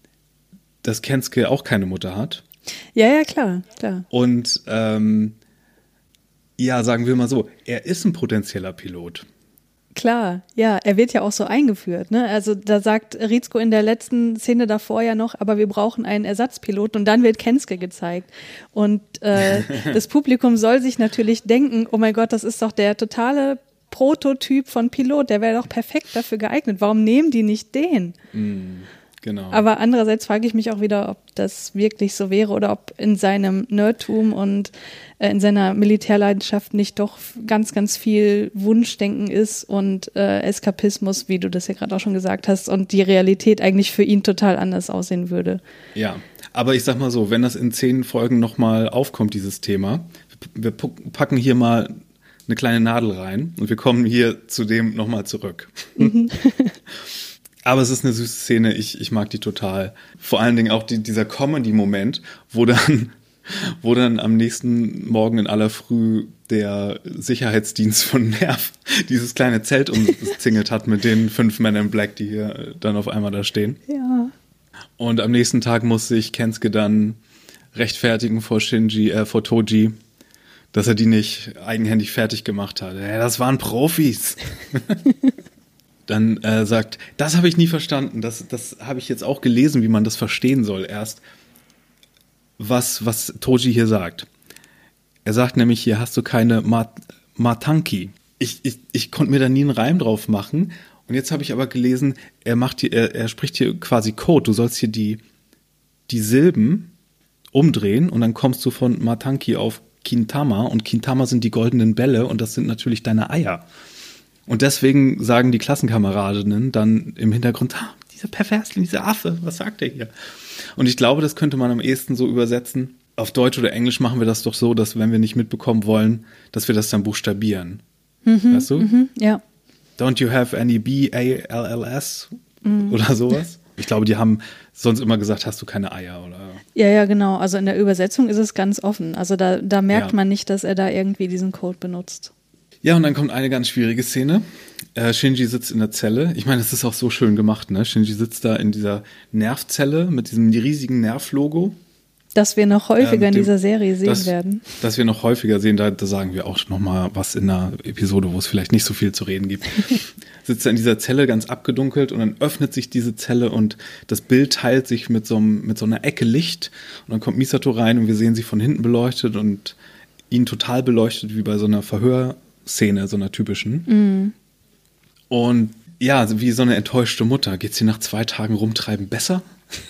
Kensuke auch keine Mutter hat. Ja, klar. Und sagen wir mal so, er ist ein potenzieller Pilot. Klar, ja, er wird ja auch so eingeführt, ne? Also da sagt Rizko in der letzten Szene davor ja noch, aber wir brauchen einen Ersatzpiloten und dann wird Kensuke gezeigt. Und das Publikum soll sich natürlich denken, oh mein Gott, das ist doch der totale Prototyp von Pilot, der wäre doch perfekt dafür geeignet. Warum nehmen die nicht den? Genau. Aber andererseits frage ich mich auch wieder, ob das wirklich so wäre oder ob in seinem Nerdtum und in seiner Militärleidenschaft nicht doch ganz, ganz viel Wunschdenken ist und Eskapismus, wie du das ja gerade auch schon gesagt hast, und die Realität eigentlich für ihn total anders aussehen würde. Ja, aber ich sag mal so, wenn das in 10 Folgen nochmal aufkommt, dieses Thema, wir packen hier mal eine kleine Nadel rein und wir kommen hier zu dem nochmal zurück. Aber es ist eine süße Szene, ich mag die total. Vor allen Dingen auch dieser Comedy-Moment, wo dann am nächsten Morgen in aller Früh der Sicherheitsdienst von Nerv dieses kleine Zelt umzingelt hat mit den 5 Men in Black, die hier dann auf einmal da stehen. Ja. Und am nächsten Tag muss sich Kensuke dann rechtfertigen vor Toji, dass er die nicht eigenhändig fertig gemacht hat. Das waren Profis. Dann sagt, das habe ich nie verstanden. Das habe ich jetzt auch gelesen, wie man das verstehen soll erst. Was Toji hier sagt. Er sagt nämlich, hier hast du keine Matanki. Ich konnte mir da nie einen Reim drauf machen. Und jetzt habe ich aber gelesen, er spricht hier quasi Code. Du sollst hier die Silben umdrehen und dann kommst du von Matanki auf Kintama. Und Kintama sind die goldenen Bälle und das sind natürlich deine Eier. Und deswegen sagen die Klassenkameradinnen dann im Hintergrund, dieser Perversling, dieser Affe, was sagt er hier? Und ich glaube, das könnte man am ehesten so übersetzen. Auf Deutsch oder Englisch machen wir das doch so, dass wenn wir nicht mitbekommen wollen, dass wir das dann buchstabieren. Weißt du? Ja. Don't you have any B-A-L-L-S oder sowas? Ich glaube, die haben sonst immer gesagt, hast du keine Eier, oder? Ja, genau. Also in der Übersetzung ist es ganz offen. Also da merkt man nicht, dass er da irgendwie diesen Code benutzt. Ja, und dann kommt eine ganz schwierige Szene. Shinji sitzt in der Zelle. Ich meine, das ist auch so schön gemacht, ne? Shinji sitzt da in dieser Nervzelle mit diesem riesigen Nerv-Logo. Das wir noch häufiger in dieser Serie sehen werden. Dass wir noch häufiger sehen, da sagen wir auch noch mal was in einer Episode, wo es vielleicht nicht so viel zu reden gibt. Sitzt er in dieser Zelle ganz abgedunkelt und dann öffnet sich diese Zelle und das Bild teilt sich mit so einer Ecke Licht und dann kommt Misato rein und wir sehen sie von hinten beleuchtet und ihn total beleuchtet wie bei so einer Verhörszene, so einer typischen. Und ja, wie so eine enttäuschte Mutter. Geht's dir nach 2 Tagen rumtreiben besser?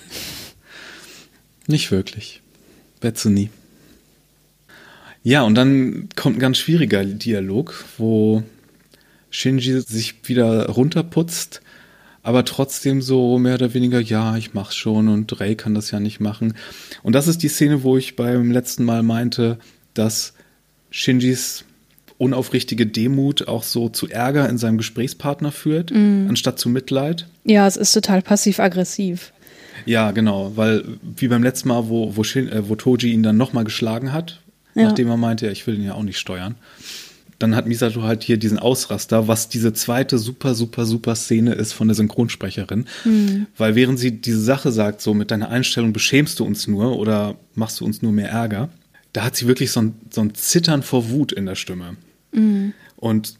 Nicht wirklich. Betze nie. Ja, und dann kommt ein ganz schwieriger Dialog, wo Shinji sich wieder runterputzt, aber trotzdem so mehr oder weniger, ja, ich mach's schon und Rei kann das ja nicht machen. Und das ist die Szene, wo ich beim letzten Mal meinte, dass Shinjis unaufrichtige Demut auch so zu Ärger in seinem Gesprächspartner führt, anstatt zu Mitleid. Ja, es ist total passiv-aggressiv. Ja, genau, weil wie beim letzten Mal, wo Toji ihn dann nochmal geschlagen hat, nachdem er meinte, ich will ihn ja auch nicht steuern, dann hat Misato halt hier diesen Ausraster, was diese zweite super, super, super Szene ist von der Synchronsprecherin, weil während sie diese Sache sagt, so mit deiner Einstellung beschämst du uns nur oder machst du uns nur mehr Ärger, da hat sie wirklich so ein Zittern vor Wut in der Stimme. Und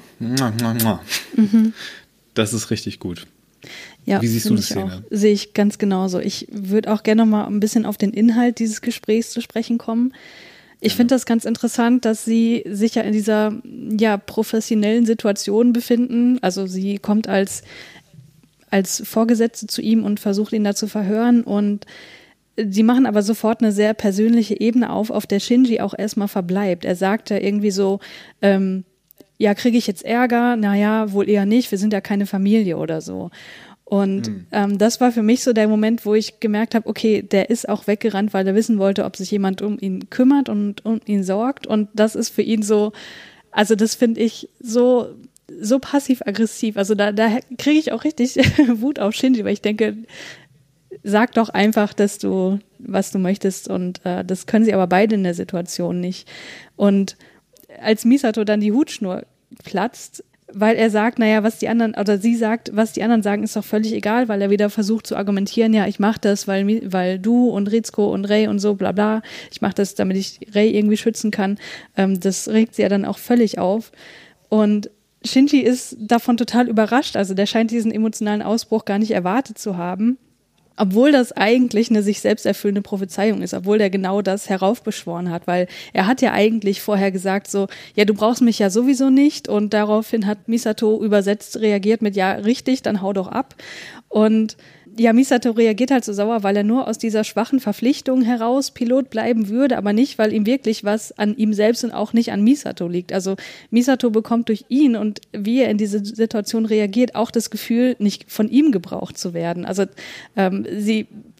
das ist richtig gut. Ja, wie siehst du die Szene? Sehe ich ganz genauso. Ich würde auch gerne noch mal ein bisschen auf den Inhalt dieses Gesprächs zu sprechen kommen. Ich finde das ganz interessant, dass sie sich ja in dieser professionellen Situation befinden. Also sie kommt als Vorgesetzte zu ihm und versucht ihn da zu verhören und sie machen aber sofort eine sehr persönliche Ebene auf der Shinji auch erstmal verbleibt. Er sagt ja irgendwie so, kriege ich jetzt Ärger? Naja, wohl eher nicht, wir sind ja keine Familie oder so. Und das war für mich so der Moment, wo ich gemerkt habe, okay, der ist auch weggerannt, weil er wissen wollte, ob sich jemand um ihn kümmert und um ihn sorgt. Und das ist für ihn so, also das finde ich so passiv-aggressiv. Also da kriege ich auch richtig Wut auf Shinji, weil ich denke, sag doch einfach, was du möchtest. Und das können sie aber beide in der Situation nicht. Und als Misato dann die Hutschnur platzt, weil er sagt, was die anderen, oder sie sagt, was die anderen sagen, ist doch völlig egal, weil er wieder versucht zu argumentieren, ja, ich mache das, weil du und Ritsuko und Rei und so, bla bla, ich mache das, damit ich Rei irgendwie schützen kann. Das regt sie ja dann auch völlig auf. Und Shinji ist davon total überrascht, also der scheint diesen emotionalen Ausbruch gar nicht erwartet zu haben. Obwohl das eigentlich eine sich selbst erfüllende Prophezeiung ist, obwohl der genau das heraufbeschworen hat, weil er hat ja eigentlich vorher gesagt so, ja, du brauchst mich ja sowieso nicht und daraufhin hat Misato übersetzt reagiert mit, ja, richtig, dann hau doch ab. Und ja, Misato reagiert halt so sauer, weil er nur aus dieser schwachen Verpflichtung heraus Pilot bleiben würde, aber nicht, weil ihm wirklich was an ihm selbst und auch nicht an Misato liegt. Also Misato bekommt durch ihn und wie er in diese Situation reagiert, auch das Gefühl, nicht von ihm gebraucht zu werden. Also sie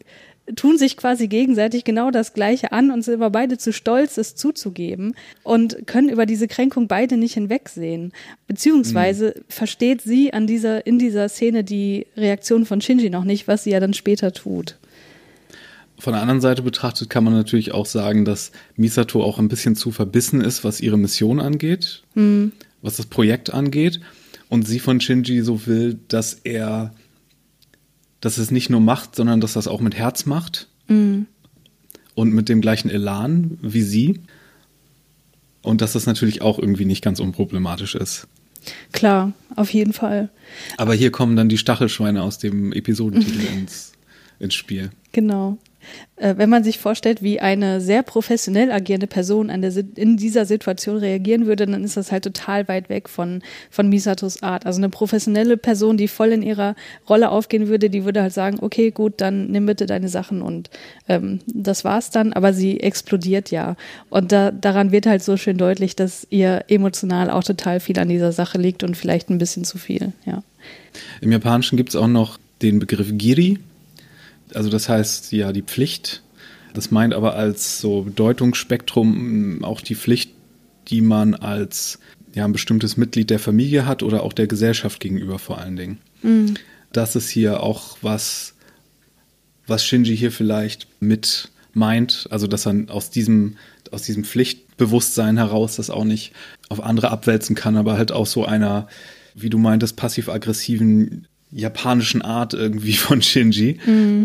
tun sich quasi gegenseitig genau das Gleiche an und sind aber beide zu stolz, es zuzugeben und können über diese Kränkung beide nicht hinwegsehen. Beziehungsweise versteht sie in dieser Szene die Reaktion von Shinji noch nicht, was sie ja dann später tut. Von der anderen Seite betrachtet kann man natürlich auch sagen, dass Misato auch ein bisschen zu verbissen ist, was ihre Mission angeht, was das Projekt angeht. Und sie von Shinji so will, dass es nicht nur macht, sondern dass das auch mit Herz macht. Und mit dem gleichen Elan wie sie. Und dass das natürlich auch irgendwie nicht ganz unproblematisch ist. Klar, auf jeden Fall. Aber hier kommen dann die Stachelschweine aus dem Episodentitel ins Spiel. Genau. Wenn man sich vorstellt, wie eine sehr professionell agierende Person in dieser Situation reagieren würde, dann ist das halt total weit weg von Misatos Art. Also eine professionelle Person, die voll in ihrer Rolle aufgehen würde, die würde halt sagen, okay, gut, dann nimm bitte deine Sachen und das war's dann. Aber sie explodiert ja. Und daran wird halt so schön deutlich, dass ihr emotional auch total viel an dieser Sache liegt und vielleicht ein bisschen zu viel, ja. Im Japanischen gibt es auch noch den Begriff Giri. Also das heißt ja die Pflicht. Das meint aber als so Bedeutungsspektrum auch die Pflicht, die man als ein bestimmtes Mitglied der Familie hat oder auch der Gesellschaft gegenüber vor allen Dingen. Das ist hier auch was Shinji hier vielleicht mit meint, also dass er aus diesem Pflichtbewusstsein heraus das auch nicht auf andere abwälzen kann, aber halt auch so einer, wie du meintest, passiv-aggressiven japanischen Art irgendwie von Shinji.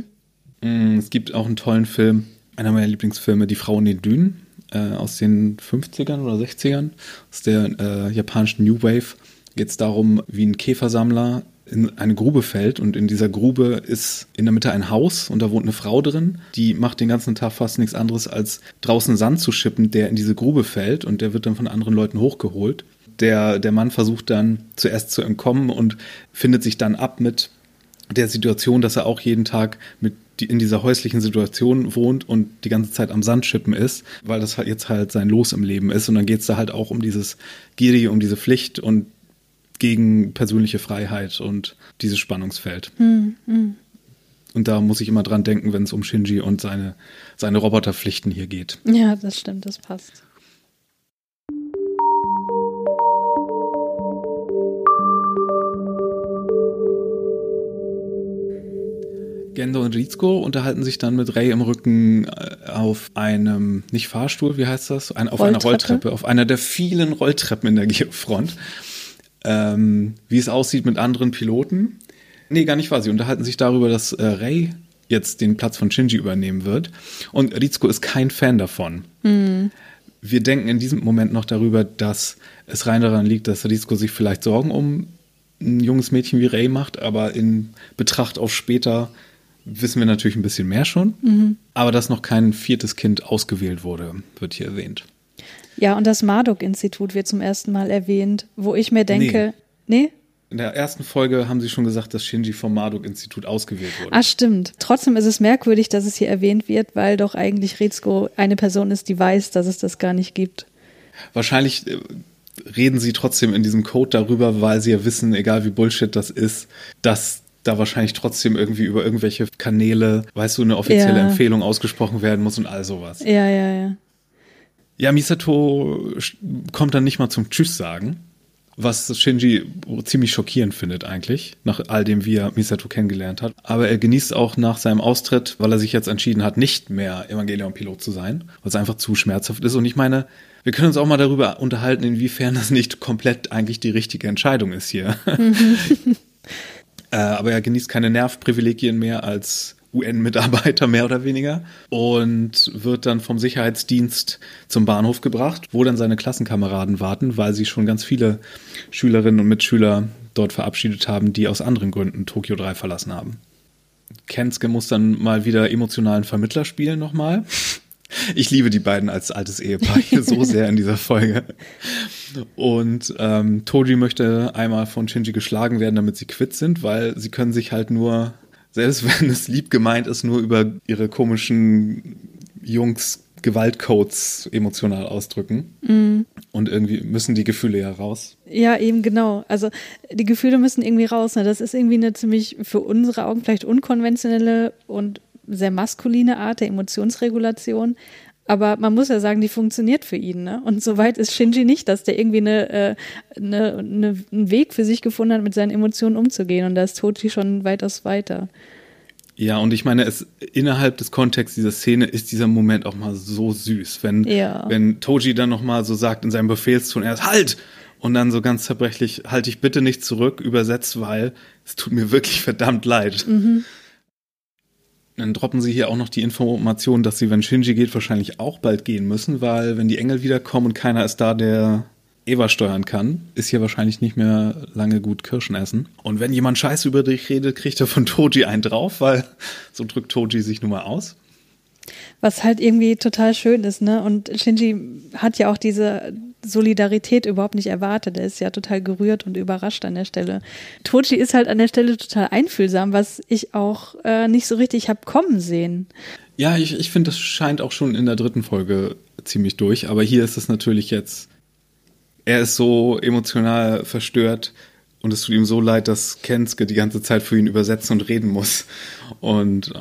Es gibt auch einen tollen Film, einer meiner Lieblingsfilme, Die Frau in den Dünen, aus den 50ern oder 60ern, aus der japanischen New Wave. Geht es darum, wie ein Käfersammler in eine Grube fällt und in dieser Grube ist in der Mitte ein Haus und da wohnt eine Frau drin, die macht den ganzen Tag fast nichts anderes als draußen Sand zu schippen, der in diese Grube fällt und der wird dann von anderen Leuten hochgeholt. Der Mann versucht dann zuerst zu entkommen und findet sich dann ab mit der Situation, dass er auch jeden Tag in dieser häuslichen Situation wohnt und die ganze Zeit am Sandschippen ist, weil das halt jetzt halt sein Los im Leben ist. Und dann geht es da halt auch um dieses Giri, um diese Pflicht und gegen persönliche Freiheit und dieses Spannungsfeld. Und da muss ich immer dran denken, wenn es um Shinji und seine Roboterpflichten hier geht. Ja, das stimmt, das passt. Gendo und Ritsuko unterhalten sich dann mit Rei im Rücken auf einem, nicht Fahrstuhl, wie heißt das? Auf einer Rolltreppe, auf einer der vielen Rolltreppen in der Geofront. Wie es aussieht mit anderen Piloten. Nee, gar nicht wahr. Sie unterhalten sich darüber, dass Rei jetzt den Platz von Shinji übernehmen wird. Und Ritsuko ist kein Fan davon. Wir denken in diesem Moment noch darüber, dass es rein daran liegt, dass Ritsuko sich vielleicht Sorgen um ein junges Mädchen wie Rei macht, aber in Betracht auf später wissen wir natürlich ein bisschen mehr schon. Aber dass noch kein viertes Kind ausgewählt wurde, wird hier erwähnt. Ja, und das Marduk-Institut wird zum ersten Mal erwähnt, wo ich mir denke, nee? In der ersten Folge haben sie schon gesagt, dass Shinji vom Marduk-Institut ausgewählt wurde. Ah, stimmt. Trotzdem ist es merkwürdig, dass es hier erwähnt wird, weil doch eigentlich Ritsuko eine Person ist, die weiß, dass es das gar nicht gibt. Wahrscheinlich reden sie trotzdem in diesem Code darüber, weil sie ja wissen, egal wie Bullshit das ist, dass da wahrscheinlich trotzdem irgendwie über irgendwelche Kanäle, weißt du, eine offizielle Empfehlung ausgesprochen werden muss und all sowas. Ja. Ja, Misato kommt dann nicht mal zum Tschüss sagen, was Shinji ziemlich schockierend findet eigentlich, nach all dem, wie er Misato kennengelernt hat. Aber er genießt auch nach seinem Austritt, weil er sich jetzt entschieden hat, nicht mehr Evangelion-Pilot zu sein, weil es einfach zu schmerzhaft ist. Und ich meine, wir können uns auch mal darüber unterhalten, inwiefern das nicht komplett eigentlich die richtige Entscheidung ist hier. Aber er genießt keine Nervprivilegien mehr als UN-Mitarbeiter, mehr oder weniger. Und wird dann vom Sicherheitsdienst zum Bahnhof gebracht, wo dann seine Klassenkameraden warten, weil sie schon ganz viele Schülerinnen und Mitschüler dort verabschiedet haben, die aus anderen Gründen Tokyo 3 verlassen haben. Kensuke muss dann mal wieder emotionalen Vermittler spielen nochmal. Ich liebe die beiden als altes Ehepaar hier so sehr in dieser Folge. Und Toji möchte einmal von Shinji geschlagen werden, damit sie quitt sind, weil sie können sich halt nur, selbst wenn es lieb gemeint ist, nur über ihre komischen Jungs-Gewaltcodes emotional ausdrücken. Und irgendwie müssen die Gefühle ja raus. Ja, eben genau. Also die Gefühle müssen irgendwie raus. Ne? Das ist irgendwie eine ziemlich für unsere Augen vielleicht unkonventionelle und sehr maskuline Art der Emotionsregulation. Aber man muss ja sagen, die funktioniert für ihn, ne? Und soweit ist Shinji nicht, dass der irgendwie einen Weg für sich gefunden hat, mit seinen Emotionen umzugehen. Und da ist Toji schon weitaus weiter. Ja, und ich meine, innerhalb des Kontexts dieser Szene ist dieser Moment auch mal so süß, wenn Toji dann nochmal so sagt in seinem Befehlston erst Halt! Und dann so ganz zerbrechlich, halt dich bitte nicht zurück, übersetzt, weil es tut mir wirklich verdammt leid. Mhm. Dann droppen sie hier auch noch die Information, dass sie, wenn Shinji geht, wahrscheinlich auch bald gehen müssen, weil wenn die Engel wiederkommen und keiner ist da, der Eva steuern kann, ist hier wahrscheinlich nicht mehr lange gut Kirschen essen. Und wenn jemand Scheiße über dich redet, kriegt er von Toji einen drauf, weil so drückt Toji sich nun mal aus. Was halt irgendwie total schön ist, ne? Und Shinji hat ja auch diese Solidarität überhaupt nicht erwartet. Er ist ja total gerührt und überrascht an der Stelle. Toji ist halt an der Stelle total einfühlsam, was ich auch nicht so richtig habe kommen sehen. Ja, ich finde, das scheint auch schon in der 3. Folge ziemlich durch. Aber hier ist es natürlich jetzt, er ist so emotional verstört und es tut ihm so leid, dass Kensuke die ganze Zeit für ihn übersetzen und reden muss. Und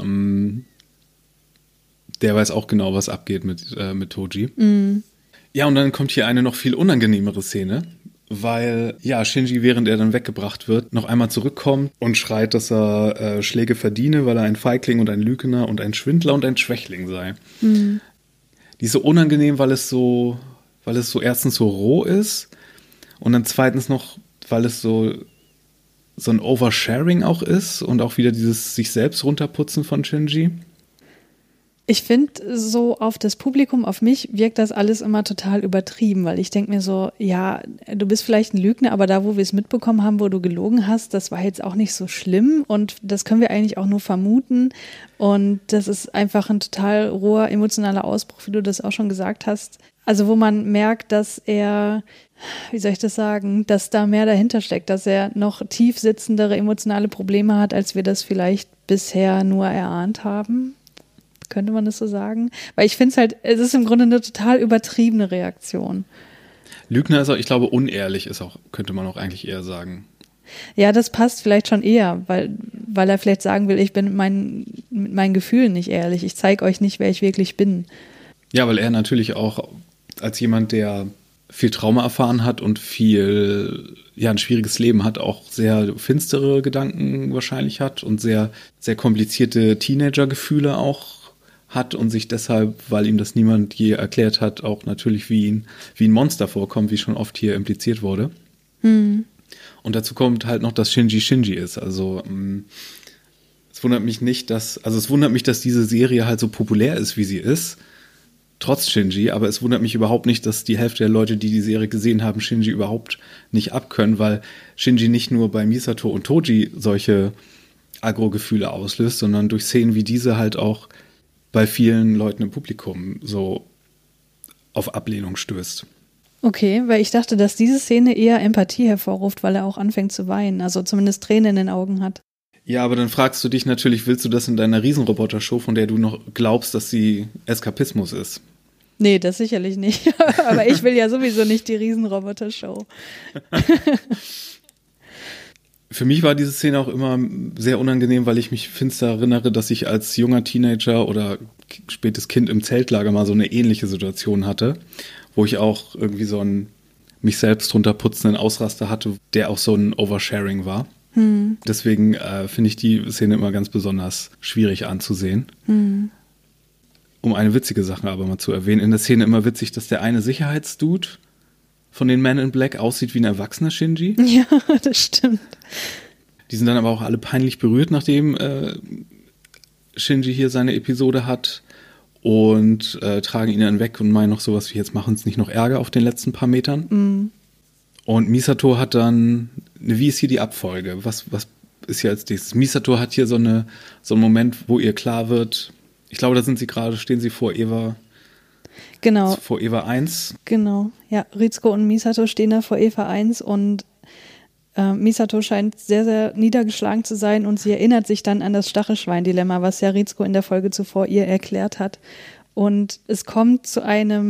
der weiß auch genau, was abgeht mit Toji. Mhm. Ja, und dann kommt hier eine noch viel unangenehmere Szene, weil ja Shinji, während er dann weggebracht wird, noch einmal zurückkommt und schreit, dass er Schläge verdiene, weil er ein Feigling und ein Lügner und ein Schwindler und ein Schwächling sei. Mhm. Die ist so unangenehm, weil es so erstens so roh ist und dann zweitens noch, weil es so ein Oversharing auch ist und auch wieder dieses sich selbst runterputzen von Shinji. Ich finde, so auf das Publikum, auf mich wirkt das alles immer total übertrieben, weil ich denke mir so, ja, du bist vielleicht ein Lügner, aber da, wo wir es mitbekommen haben, wo du gelogen hast, das war jetzt auch nicht so schlimm und das können wir eigentlich auch nur vermuten und das ist einfach ein total roher emotionaler Ausbruch, wie du das auch schon gesagt hast. Also wo man merkt, dass er, wie soll ich das sagen, dass da mehr dahinter steckt, dass er noch tief sitzendere emotionale Probleme hat, als wir das vielleicht bisher nur erahnt haben. Könnte man das so sagen? Weil ich finde es halt, es ist im Grunde eine total übertriebene Reaktion. Lügner ist auch, ich glaube, unehrlich ist auch, könnte man auch eigentlich eher sagen. Ja, das passt vielleicht schon eher, weil er vielleicht sagen will, ich bin mit meinen Gefühlen nicht ehrlich. Ich zeige euch nicht, wer ich wirklich bin. Ja, weil er natürlich auch als jemand, der viel Trauma erfahren hat und ein schwieriges Leben hat, auch sehr finstere Gedanken wahrscheinlich hat und sehr, sehr komplizierte Teenager-Gefühle auch hat und sich deshalb, weil ihm das niemand je erklärt hat, auch natürlich wie ein Monster vorkommt, wie schon oft hier impliziert wurde. Mhm. Und dazu kommt halt noch, dass Shinji ist. Also es wundert mich dass diese Serie halt so populär ist, wie sie ist, trotz Shinji, aber es wundert mich überhaupt nicht, dass die Hälfte der Leute, die die Serie gesehen haben, Shinji überhaupt nicht abkönnen, weil Shinji nicht nur bei Misato und Toji solche Agro-Gefühle auslöst, sondern durch Szenen wie diese halt auch bei vielen Leuten im Publikum so auf Ablehnung stößt. Okay, weil ich dachte, dass diese Szene eher Empathie hervorruft, weil er auch anfängt zu weinen, also zumindest Tränen in den Augen hat. Ja, aber dann fragst du dich natürlich, willst du das in deiner Riesenroboter-Show, von der du noch glaubst, dass sie Eskapismus ist? Nee, das sicherlich nicht. Aber ich will ja sowieso nicht die Riesenroboter-Show. Für mich war diese Szene auch immer sehr unangenehm, weil ich mich finster erinnere, dass ich als junger Teenager oder spätes Kind im Zeltlager mal so eine ähnliche Situation hatte, wo ich auch irgendwie so einen mich selbst runterputzenden Ausraster hatte, der auch so ein Oversharing war. Deswegen finde ich die Szene immer ganz besonders schwierig anzusehen. Um eine witzige Sache aber mal zu erwähnen, in der Szene immer witzig, dass der eine Sicherheitsdude von den Men in Black aussieht wie ein erwachsener Shinji. Ja, das stimmt. Die sind dann aber auch alle peinlich berührt, nachdem Shinji hier seine Episode hat und tragen ihn dann weg und meinen noch sowas wie, jetzt machen uns nicht noch Ärger auf den letzten paar Metern. Mhm. Und Misato hat dann, wie ist hier die Abfolge? Was ist hier als nächstes? Misato hat hier so einen Moment, wo ihr klar wird, ich glaube, da stehen sie vor Eva. Genau. Vor Eva 1. Genau, ja. Ritsuko und Misato stehen da vor Eva 1 und Misato scheint sehr, sehr niedergeschlagen zu sein und sie erinnert sich dann an das Stachelschwein-Dilemma, was ja Ritsuko in der Folge zuvor ihr erklärt hat. Und es kommt zu einem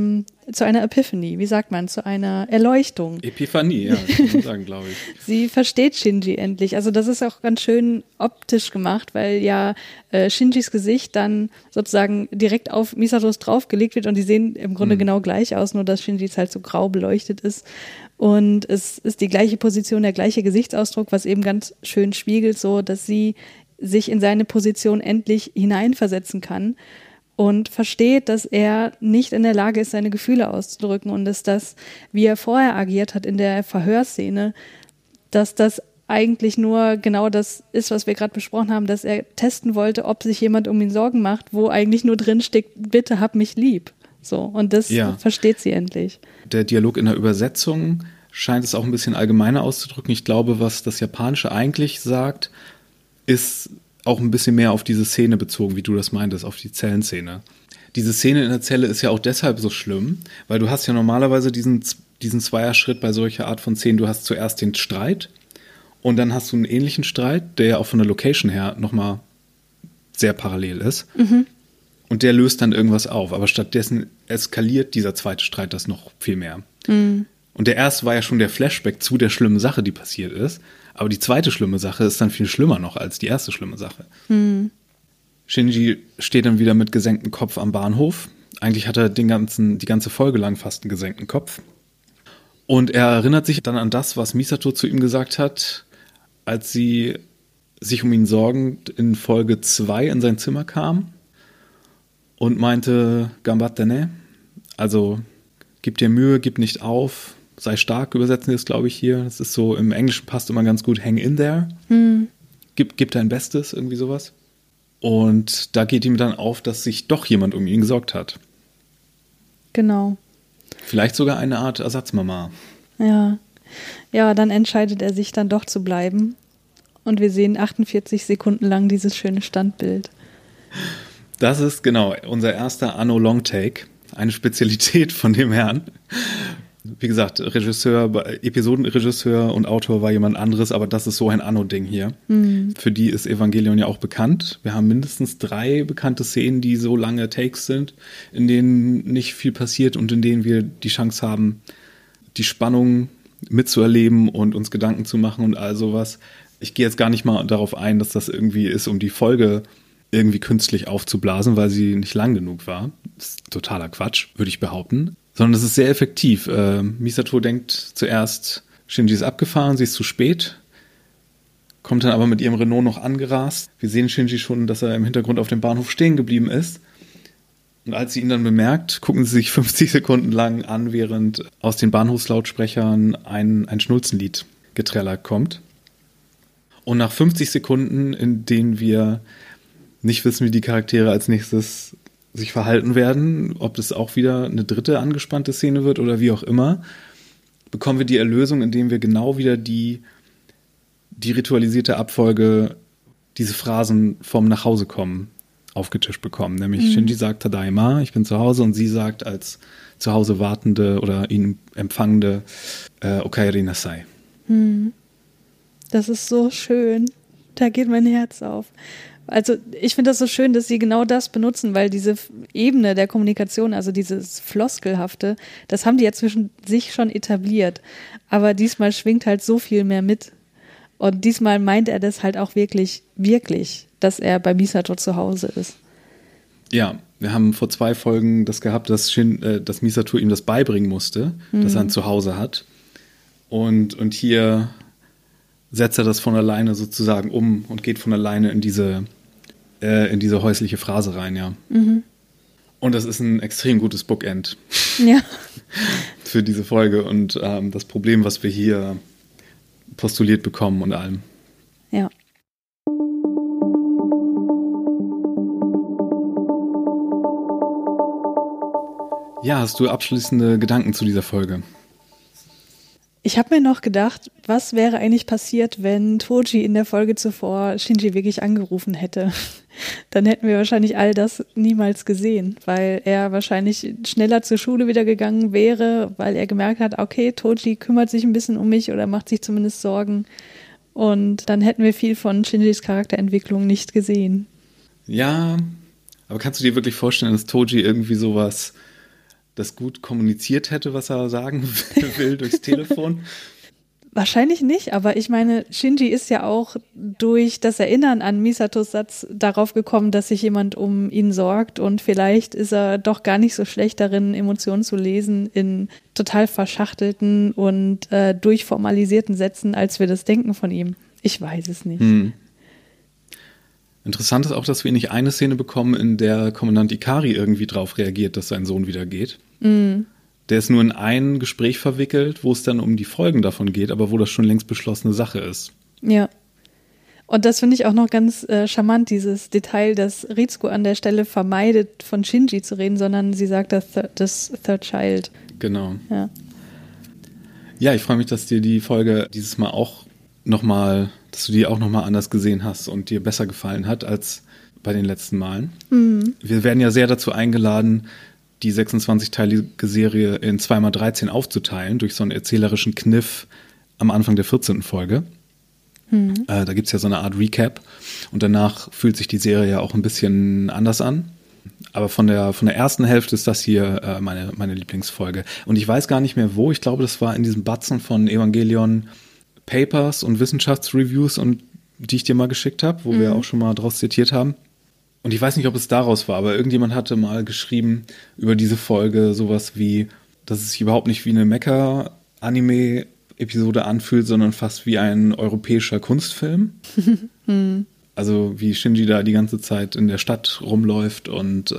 zu einer Epiphany, wie sagt man, zu einer Erleuchtung. Epiphanie, ja, kann man sagen, glaube ich. Sie versteht Shinji endlich. Also das ist auch ganz schön optisch gemacht, weil ja Shinjis Gesicht dann sozusagen direkt auf Misatos draufgelegt wird und die sehen im Grunde genau gleich aus, nur dass Shinjis halt so grau beleuchtet ist. Und es ist die gleiche Position, der gleiche Gesichtsausdruck, was eben ganz schön spiegelt, so dass sie sich in seine Position endlich hineinversetzen kann und versteht, dass er nicht in der Lage ist, seine Gefühle auszudrücken und dass das, wie er vorher agiert hat in der Verhörszene, dass das eigentlich nur genau das ist, was wir gerade besprochen haben, dass er testen wollte, ob sich jemand um ihn Sorgen macht, wo eigentlich nur drin steckt, bitte hab mich lieb. So, und das versteht sie endlich. Der Dialog in der Übersetzung scheint es auch ein bisschen allgemeiner auszudrücken. Ich glaube, was das Japanische eigentlich sagt, ist auch ein bisschen mehr auf diese Szene bezogen, wie du das meintest, auf die Zellenszene. Diese Szene in der Zelle ist ja auch deshalb so schlimm, weil du hast ja normalerweise diesen Zweierschritt bei solcher Art von Szenen. Du hast zuerst den Streit und dann hast du einen ähnlichen Streit, der ja auch von der Location her nochmal sehr parallel ist. Mhm. Und der löst dann irgendwas auf. Aber stattdessen eskaliert dieser zweite Streit das noch viel mehr. Mhm. Und der erste war ja schon der Flashback zu der schlimmen Sache, die passiert ist. Aber die zweite schlimme Sache ist dann viel schlimmer noch als die erste schlimme Sache. Mhm. Shinji steht dann wieder mit gesenktem Kopf am Bahnhof. Eigentlich hat er die ganze Folge lang fast einen gesenkten Kopf. Und er erinnert sich dann an das, was Misato zu ihm gesagt hat, als sie sich um ihn sorgend in Folge 2 in sein Zimmer kam und meinte, Gambatte ne? Also, gib dir Mühe, gib nicht auf. Sei stark, übersetzen wir es, glaube ich, hier. Das ist so, im Englischen passt immer ganz gut, hang in there. Gib dein Bestes, irgendwie sowas. Und da geht ihm dann auf, dass sich doch jemand um ihn gesorgt hat. Genau. Vielleicht sogar eine Art Ersatzmama. Ja. Ja, dann entscheidet er sich dann doch zu bleiben. Und wir sehen 48 Sekunden lang dieses schöne Standbild. Das ist genau unser erster Anno Longtake. Eine Spezialität von dem Herrn. Wie gesagt, Episodenregisseur und Autor war jemand anderes, aber das ist so ein Anno-Ding hier. Mhm. Für die ist Evangelion ja auch bekannt. Wir haben mindestens 3 bekannte Szenen, die so lange Takes sind, in denen nicht viel passiert und in denen wir die Chance haben, die Spannung mitzuerleben und uns Gedanken zu machen und all sowas. Ich gehe jetzt gar nicht mal darauf ein, dass das irgendwie ist, um die Folge irgendwie künstlich aufzublasen, weil sie nicht lang genug war. Das ist totaler Quatsch, würde ich behaupten. Sondern es ist sehr effektiv. Misato denkt zuerst, Shinji ist abgefahren, sie ist zu spät, kommt dann aber mit ihrem Renault noch angerast. Wir sehen Shinji schon, dass er im Hintergrund auf dem Bahnhof stehen geblieben ist. Und als sie ihn dann bemerkt, gucken sie sich 50 Sekunden lang an, während aus den Bahnhofslautsprechern ein Schnulzenlied getrellert kommt. Und nach 50 Sekunden, in denen wir nicht wissen, wie die Charaktere als nächstes sich verhalten werden, ob das auch wieder eine dritte angespannte Szene wird oder wie auch immer, bekommen wir die Erlösung, indem wir genau wieder die ritualisierte Abfolge, diese Phrasen vom Nachhausekommen aufgetischt bekommen. Nämlich Shinji sagt Tadaima, ich bin zu Hause, und sie sagt als zu Hause wartende oder ihn empfangende Okaeri nasai. Das ist so schön. Da geht mein Herz auf. Also ich finde das so schön, dass sie genau das benutzen, weil diese Ebene der Kommunikation, also dieses Floskelhafte, das haben die ja zwischen sich schon etabliert. Aber diesmal schwingt halt so viel mehr mit. Und diesmal meint er das halt auch wirklich, wirklich, dass er bei Misato zu Hause ist. Ja, wir haben vor 2 Folgen das gehabt, dass Misato ihm das beibringen musste, dass er ein Zuhause hat. Und hier setzt er das von alleine sozusagen um und geht von alleine in diese häusliche Phrase rein, ja. Mhm. Und das ist ein extrem gutes Bookend für diese Folge und das Problem, was wir hier postuliert bekommen und allem. Ja. Ja, hast du abschließende Gedanken zu dieser Folge? Ich habe mir noch gedacht, was wäre eigentlich passiert, wenn Toji in der Folge zuvor Shinji wirklich angerufen hätte? Dann hätten wir wahrscheinlich all das niemals gesehen, weil er wahrscheinlich schneller zur Schule wieder gegangen wäre, weil er gemerkt hat, okay, Toji kümmert sich ein bisschen um mich oder macht sich zumindest Sorgen. Und dann hätten wir viel von Shinjis Charakterentwicklung nicht gesehen. Ja, aber kannst du dir wirklich vorstellen, dass Toji irgendwie sowas das gut kommuniziert hätte, was er sagen will durchs Telefon? Wahrscheinlich nicht, aber ich meine, Shinji ist ja auch durch das Erinnern an Misatos Satz darauf gekommen, dass sich jemand um ihn sorgt und vielleicht ist er doch gar nicht so schlecht darin, Emotionen zu lesen in total verschachtelten und durchformalisierten Sätzen, als wir das denken von ihm. Ich weiß es nicht. Interessant ist auch, dass wir nicht eine Szene bekommen, in der Kommandant Ikari irgendwie drauf reagiert, dass sein Sohn wieder geht. Der ist nur in ein Gespräch verwickelt, wo es dann um die Folgen davon geht, aber wo das schon längst beschlossene Sache ist. Ja. Und das finde ich auch noch ganz charmant, dieses Detail, dass Ritsuko an der Stelle vermeidet, von Shinji zu reden, sondern sie sagt das Third Child. Genau. Ja. Ja, ich freue mich, dass dir die Folge dieses Mal auch nochmal, dass du die auch nochmal anders gesehen hast und dir besser gefallen hat als bei den letzten Malen. Wir werden ja sehr dazu eingeladen, die 26-teilige Serie in 2x13 aufzuteilen, durch so einen erzählerischen Kniff am Anfang der 14. Folge. Da gibt es ja so eine Art Recap und danach fühlt sich die Serie ja auch ein bisschen anders an. Aber von der ersten Hälfte ist das hier meine Lieblingsfolge. Und ich weiß gar nicht mehr wo, ich glaube, das war in diesem Batzen von Evangelion Papers und Wissenschaftsreviews, und die ich dir mal geschickt habe, wo wir auch schon mal draus zitiert haben. Und ich weiß nicht, ob es daraus war, aber irgendjemand hatte mal geschrieben über diese Folge sowas wie, dass es sich überhaupt nicht wie eine Mecha-Anime-Episode anfühlt, sondern fast wie ein europäischer Kunstfilm. Also wie Shinji da die ganze Zeit in der Stadt rumläuft und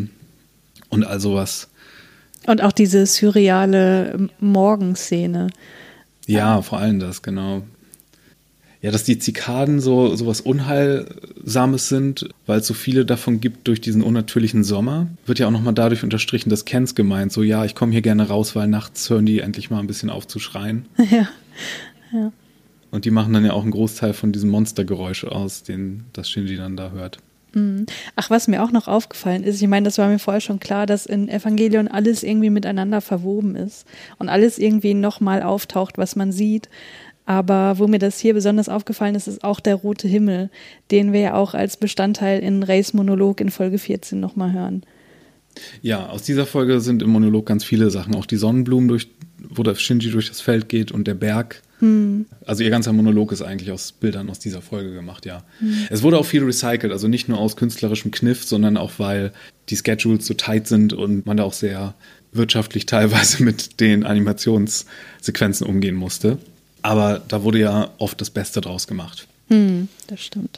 all sowas. Und auch diese surreale Morgenszene. Ja, vor allem das, genau. Ja, dass die Zikaden sowas Unheilsames sind, weil es so viele davon gibt durch diesen unnatürlichen Sommer, wird ja auch nochmal dadurch unterstrichen, dass Kens gemeint, so ja, ich komme hier gerne raus, weil nachts hören die endlich mal ein bisschen auf zu schreien. Ja. Und die machen dann ja auch einen Großteil von diesem Monstergeräusch aus, das Shinji dann da hört. Ach, was mir auch noch aufgefallen ist, ich meine, das war mir vorher schon klar, dass in Evangelion alles irgendwie miteinander verwoben ist und alles irgendwie nochmal auftaucht, was man sieht. Aber wo mir das hier besonders aufgefallen ist, ist auch der rote Himmel, den wir ja auch als Bestandteil in Reis Monolog in Folge 14 nochmal hören. Ja, aus dieser Folge sind im Monolog ganz viele Sachen. Auch die Sonnenblumen, wo der Shinji durch das Feld geht, und der Berg. Also ihr ganzer Monolog ist eigentlich aus Bildern aus dieser Folge gemacht, ja. Es wurde auch viel recycelt, also nicht nur aus künstlerischem Kniff, sondern auch, weil die Schedules so tight sind und man da auch sehr wirtschaftlich teilweise mit den Animationssequenzen umgehen musste. Aber da wurde ja oft das Beste draus gemacht. Das stimmt.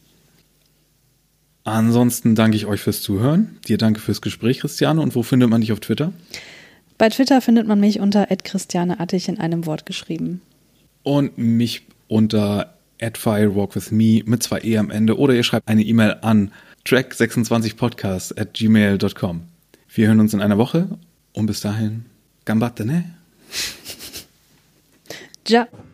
Ansonsten danke ich euch fürs Zuhören. Dir danke fürs Gespräch, Christiane. Und wo findet man dich auf Twitter? Bei Twitter findet man mich unter @christianeattig in einem Wort geschrieben. Und mich unter @firewalkwithme mit 2 E am Ende. Oder ihr schreibt eine E-Mail an track26podcast@gmail.com. Wir hören uns in einer Woche. Und bis dahin, gambatte, ne? Ja.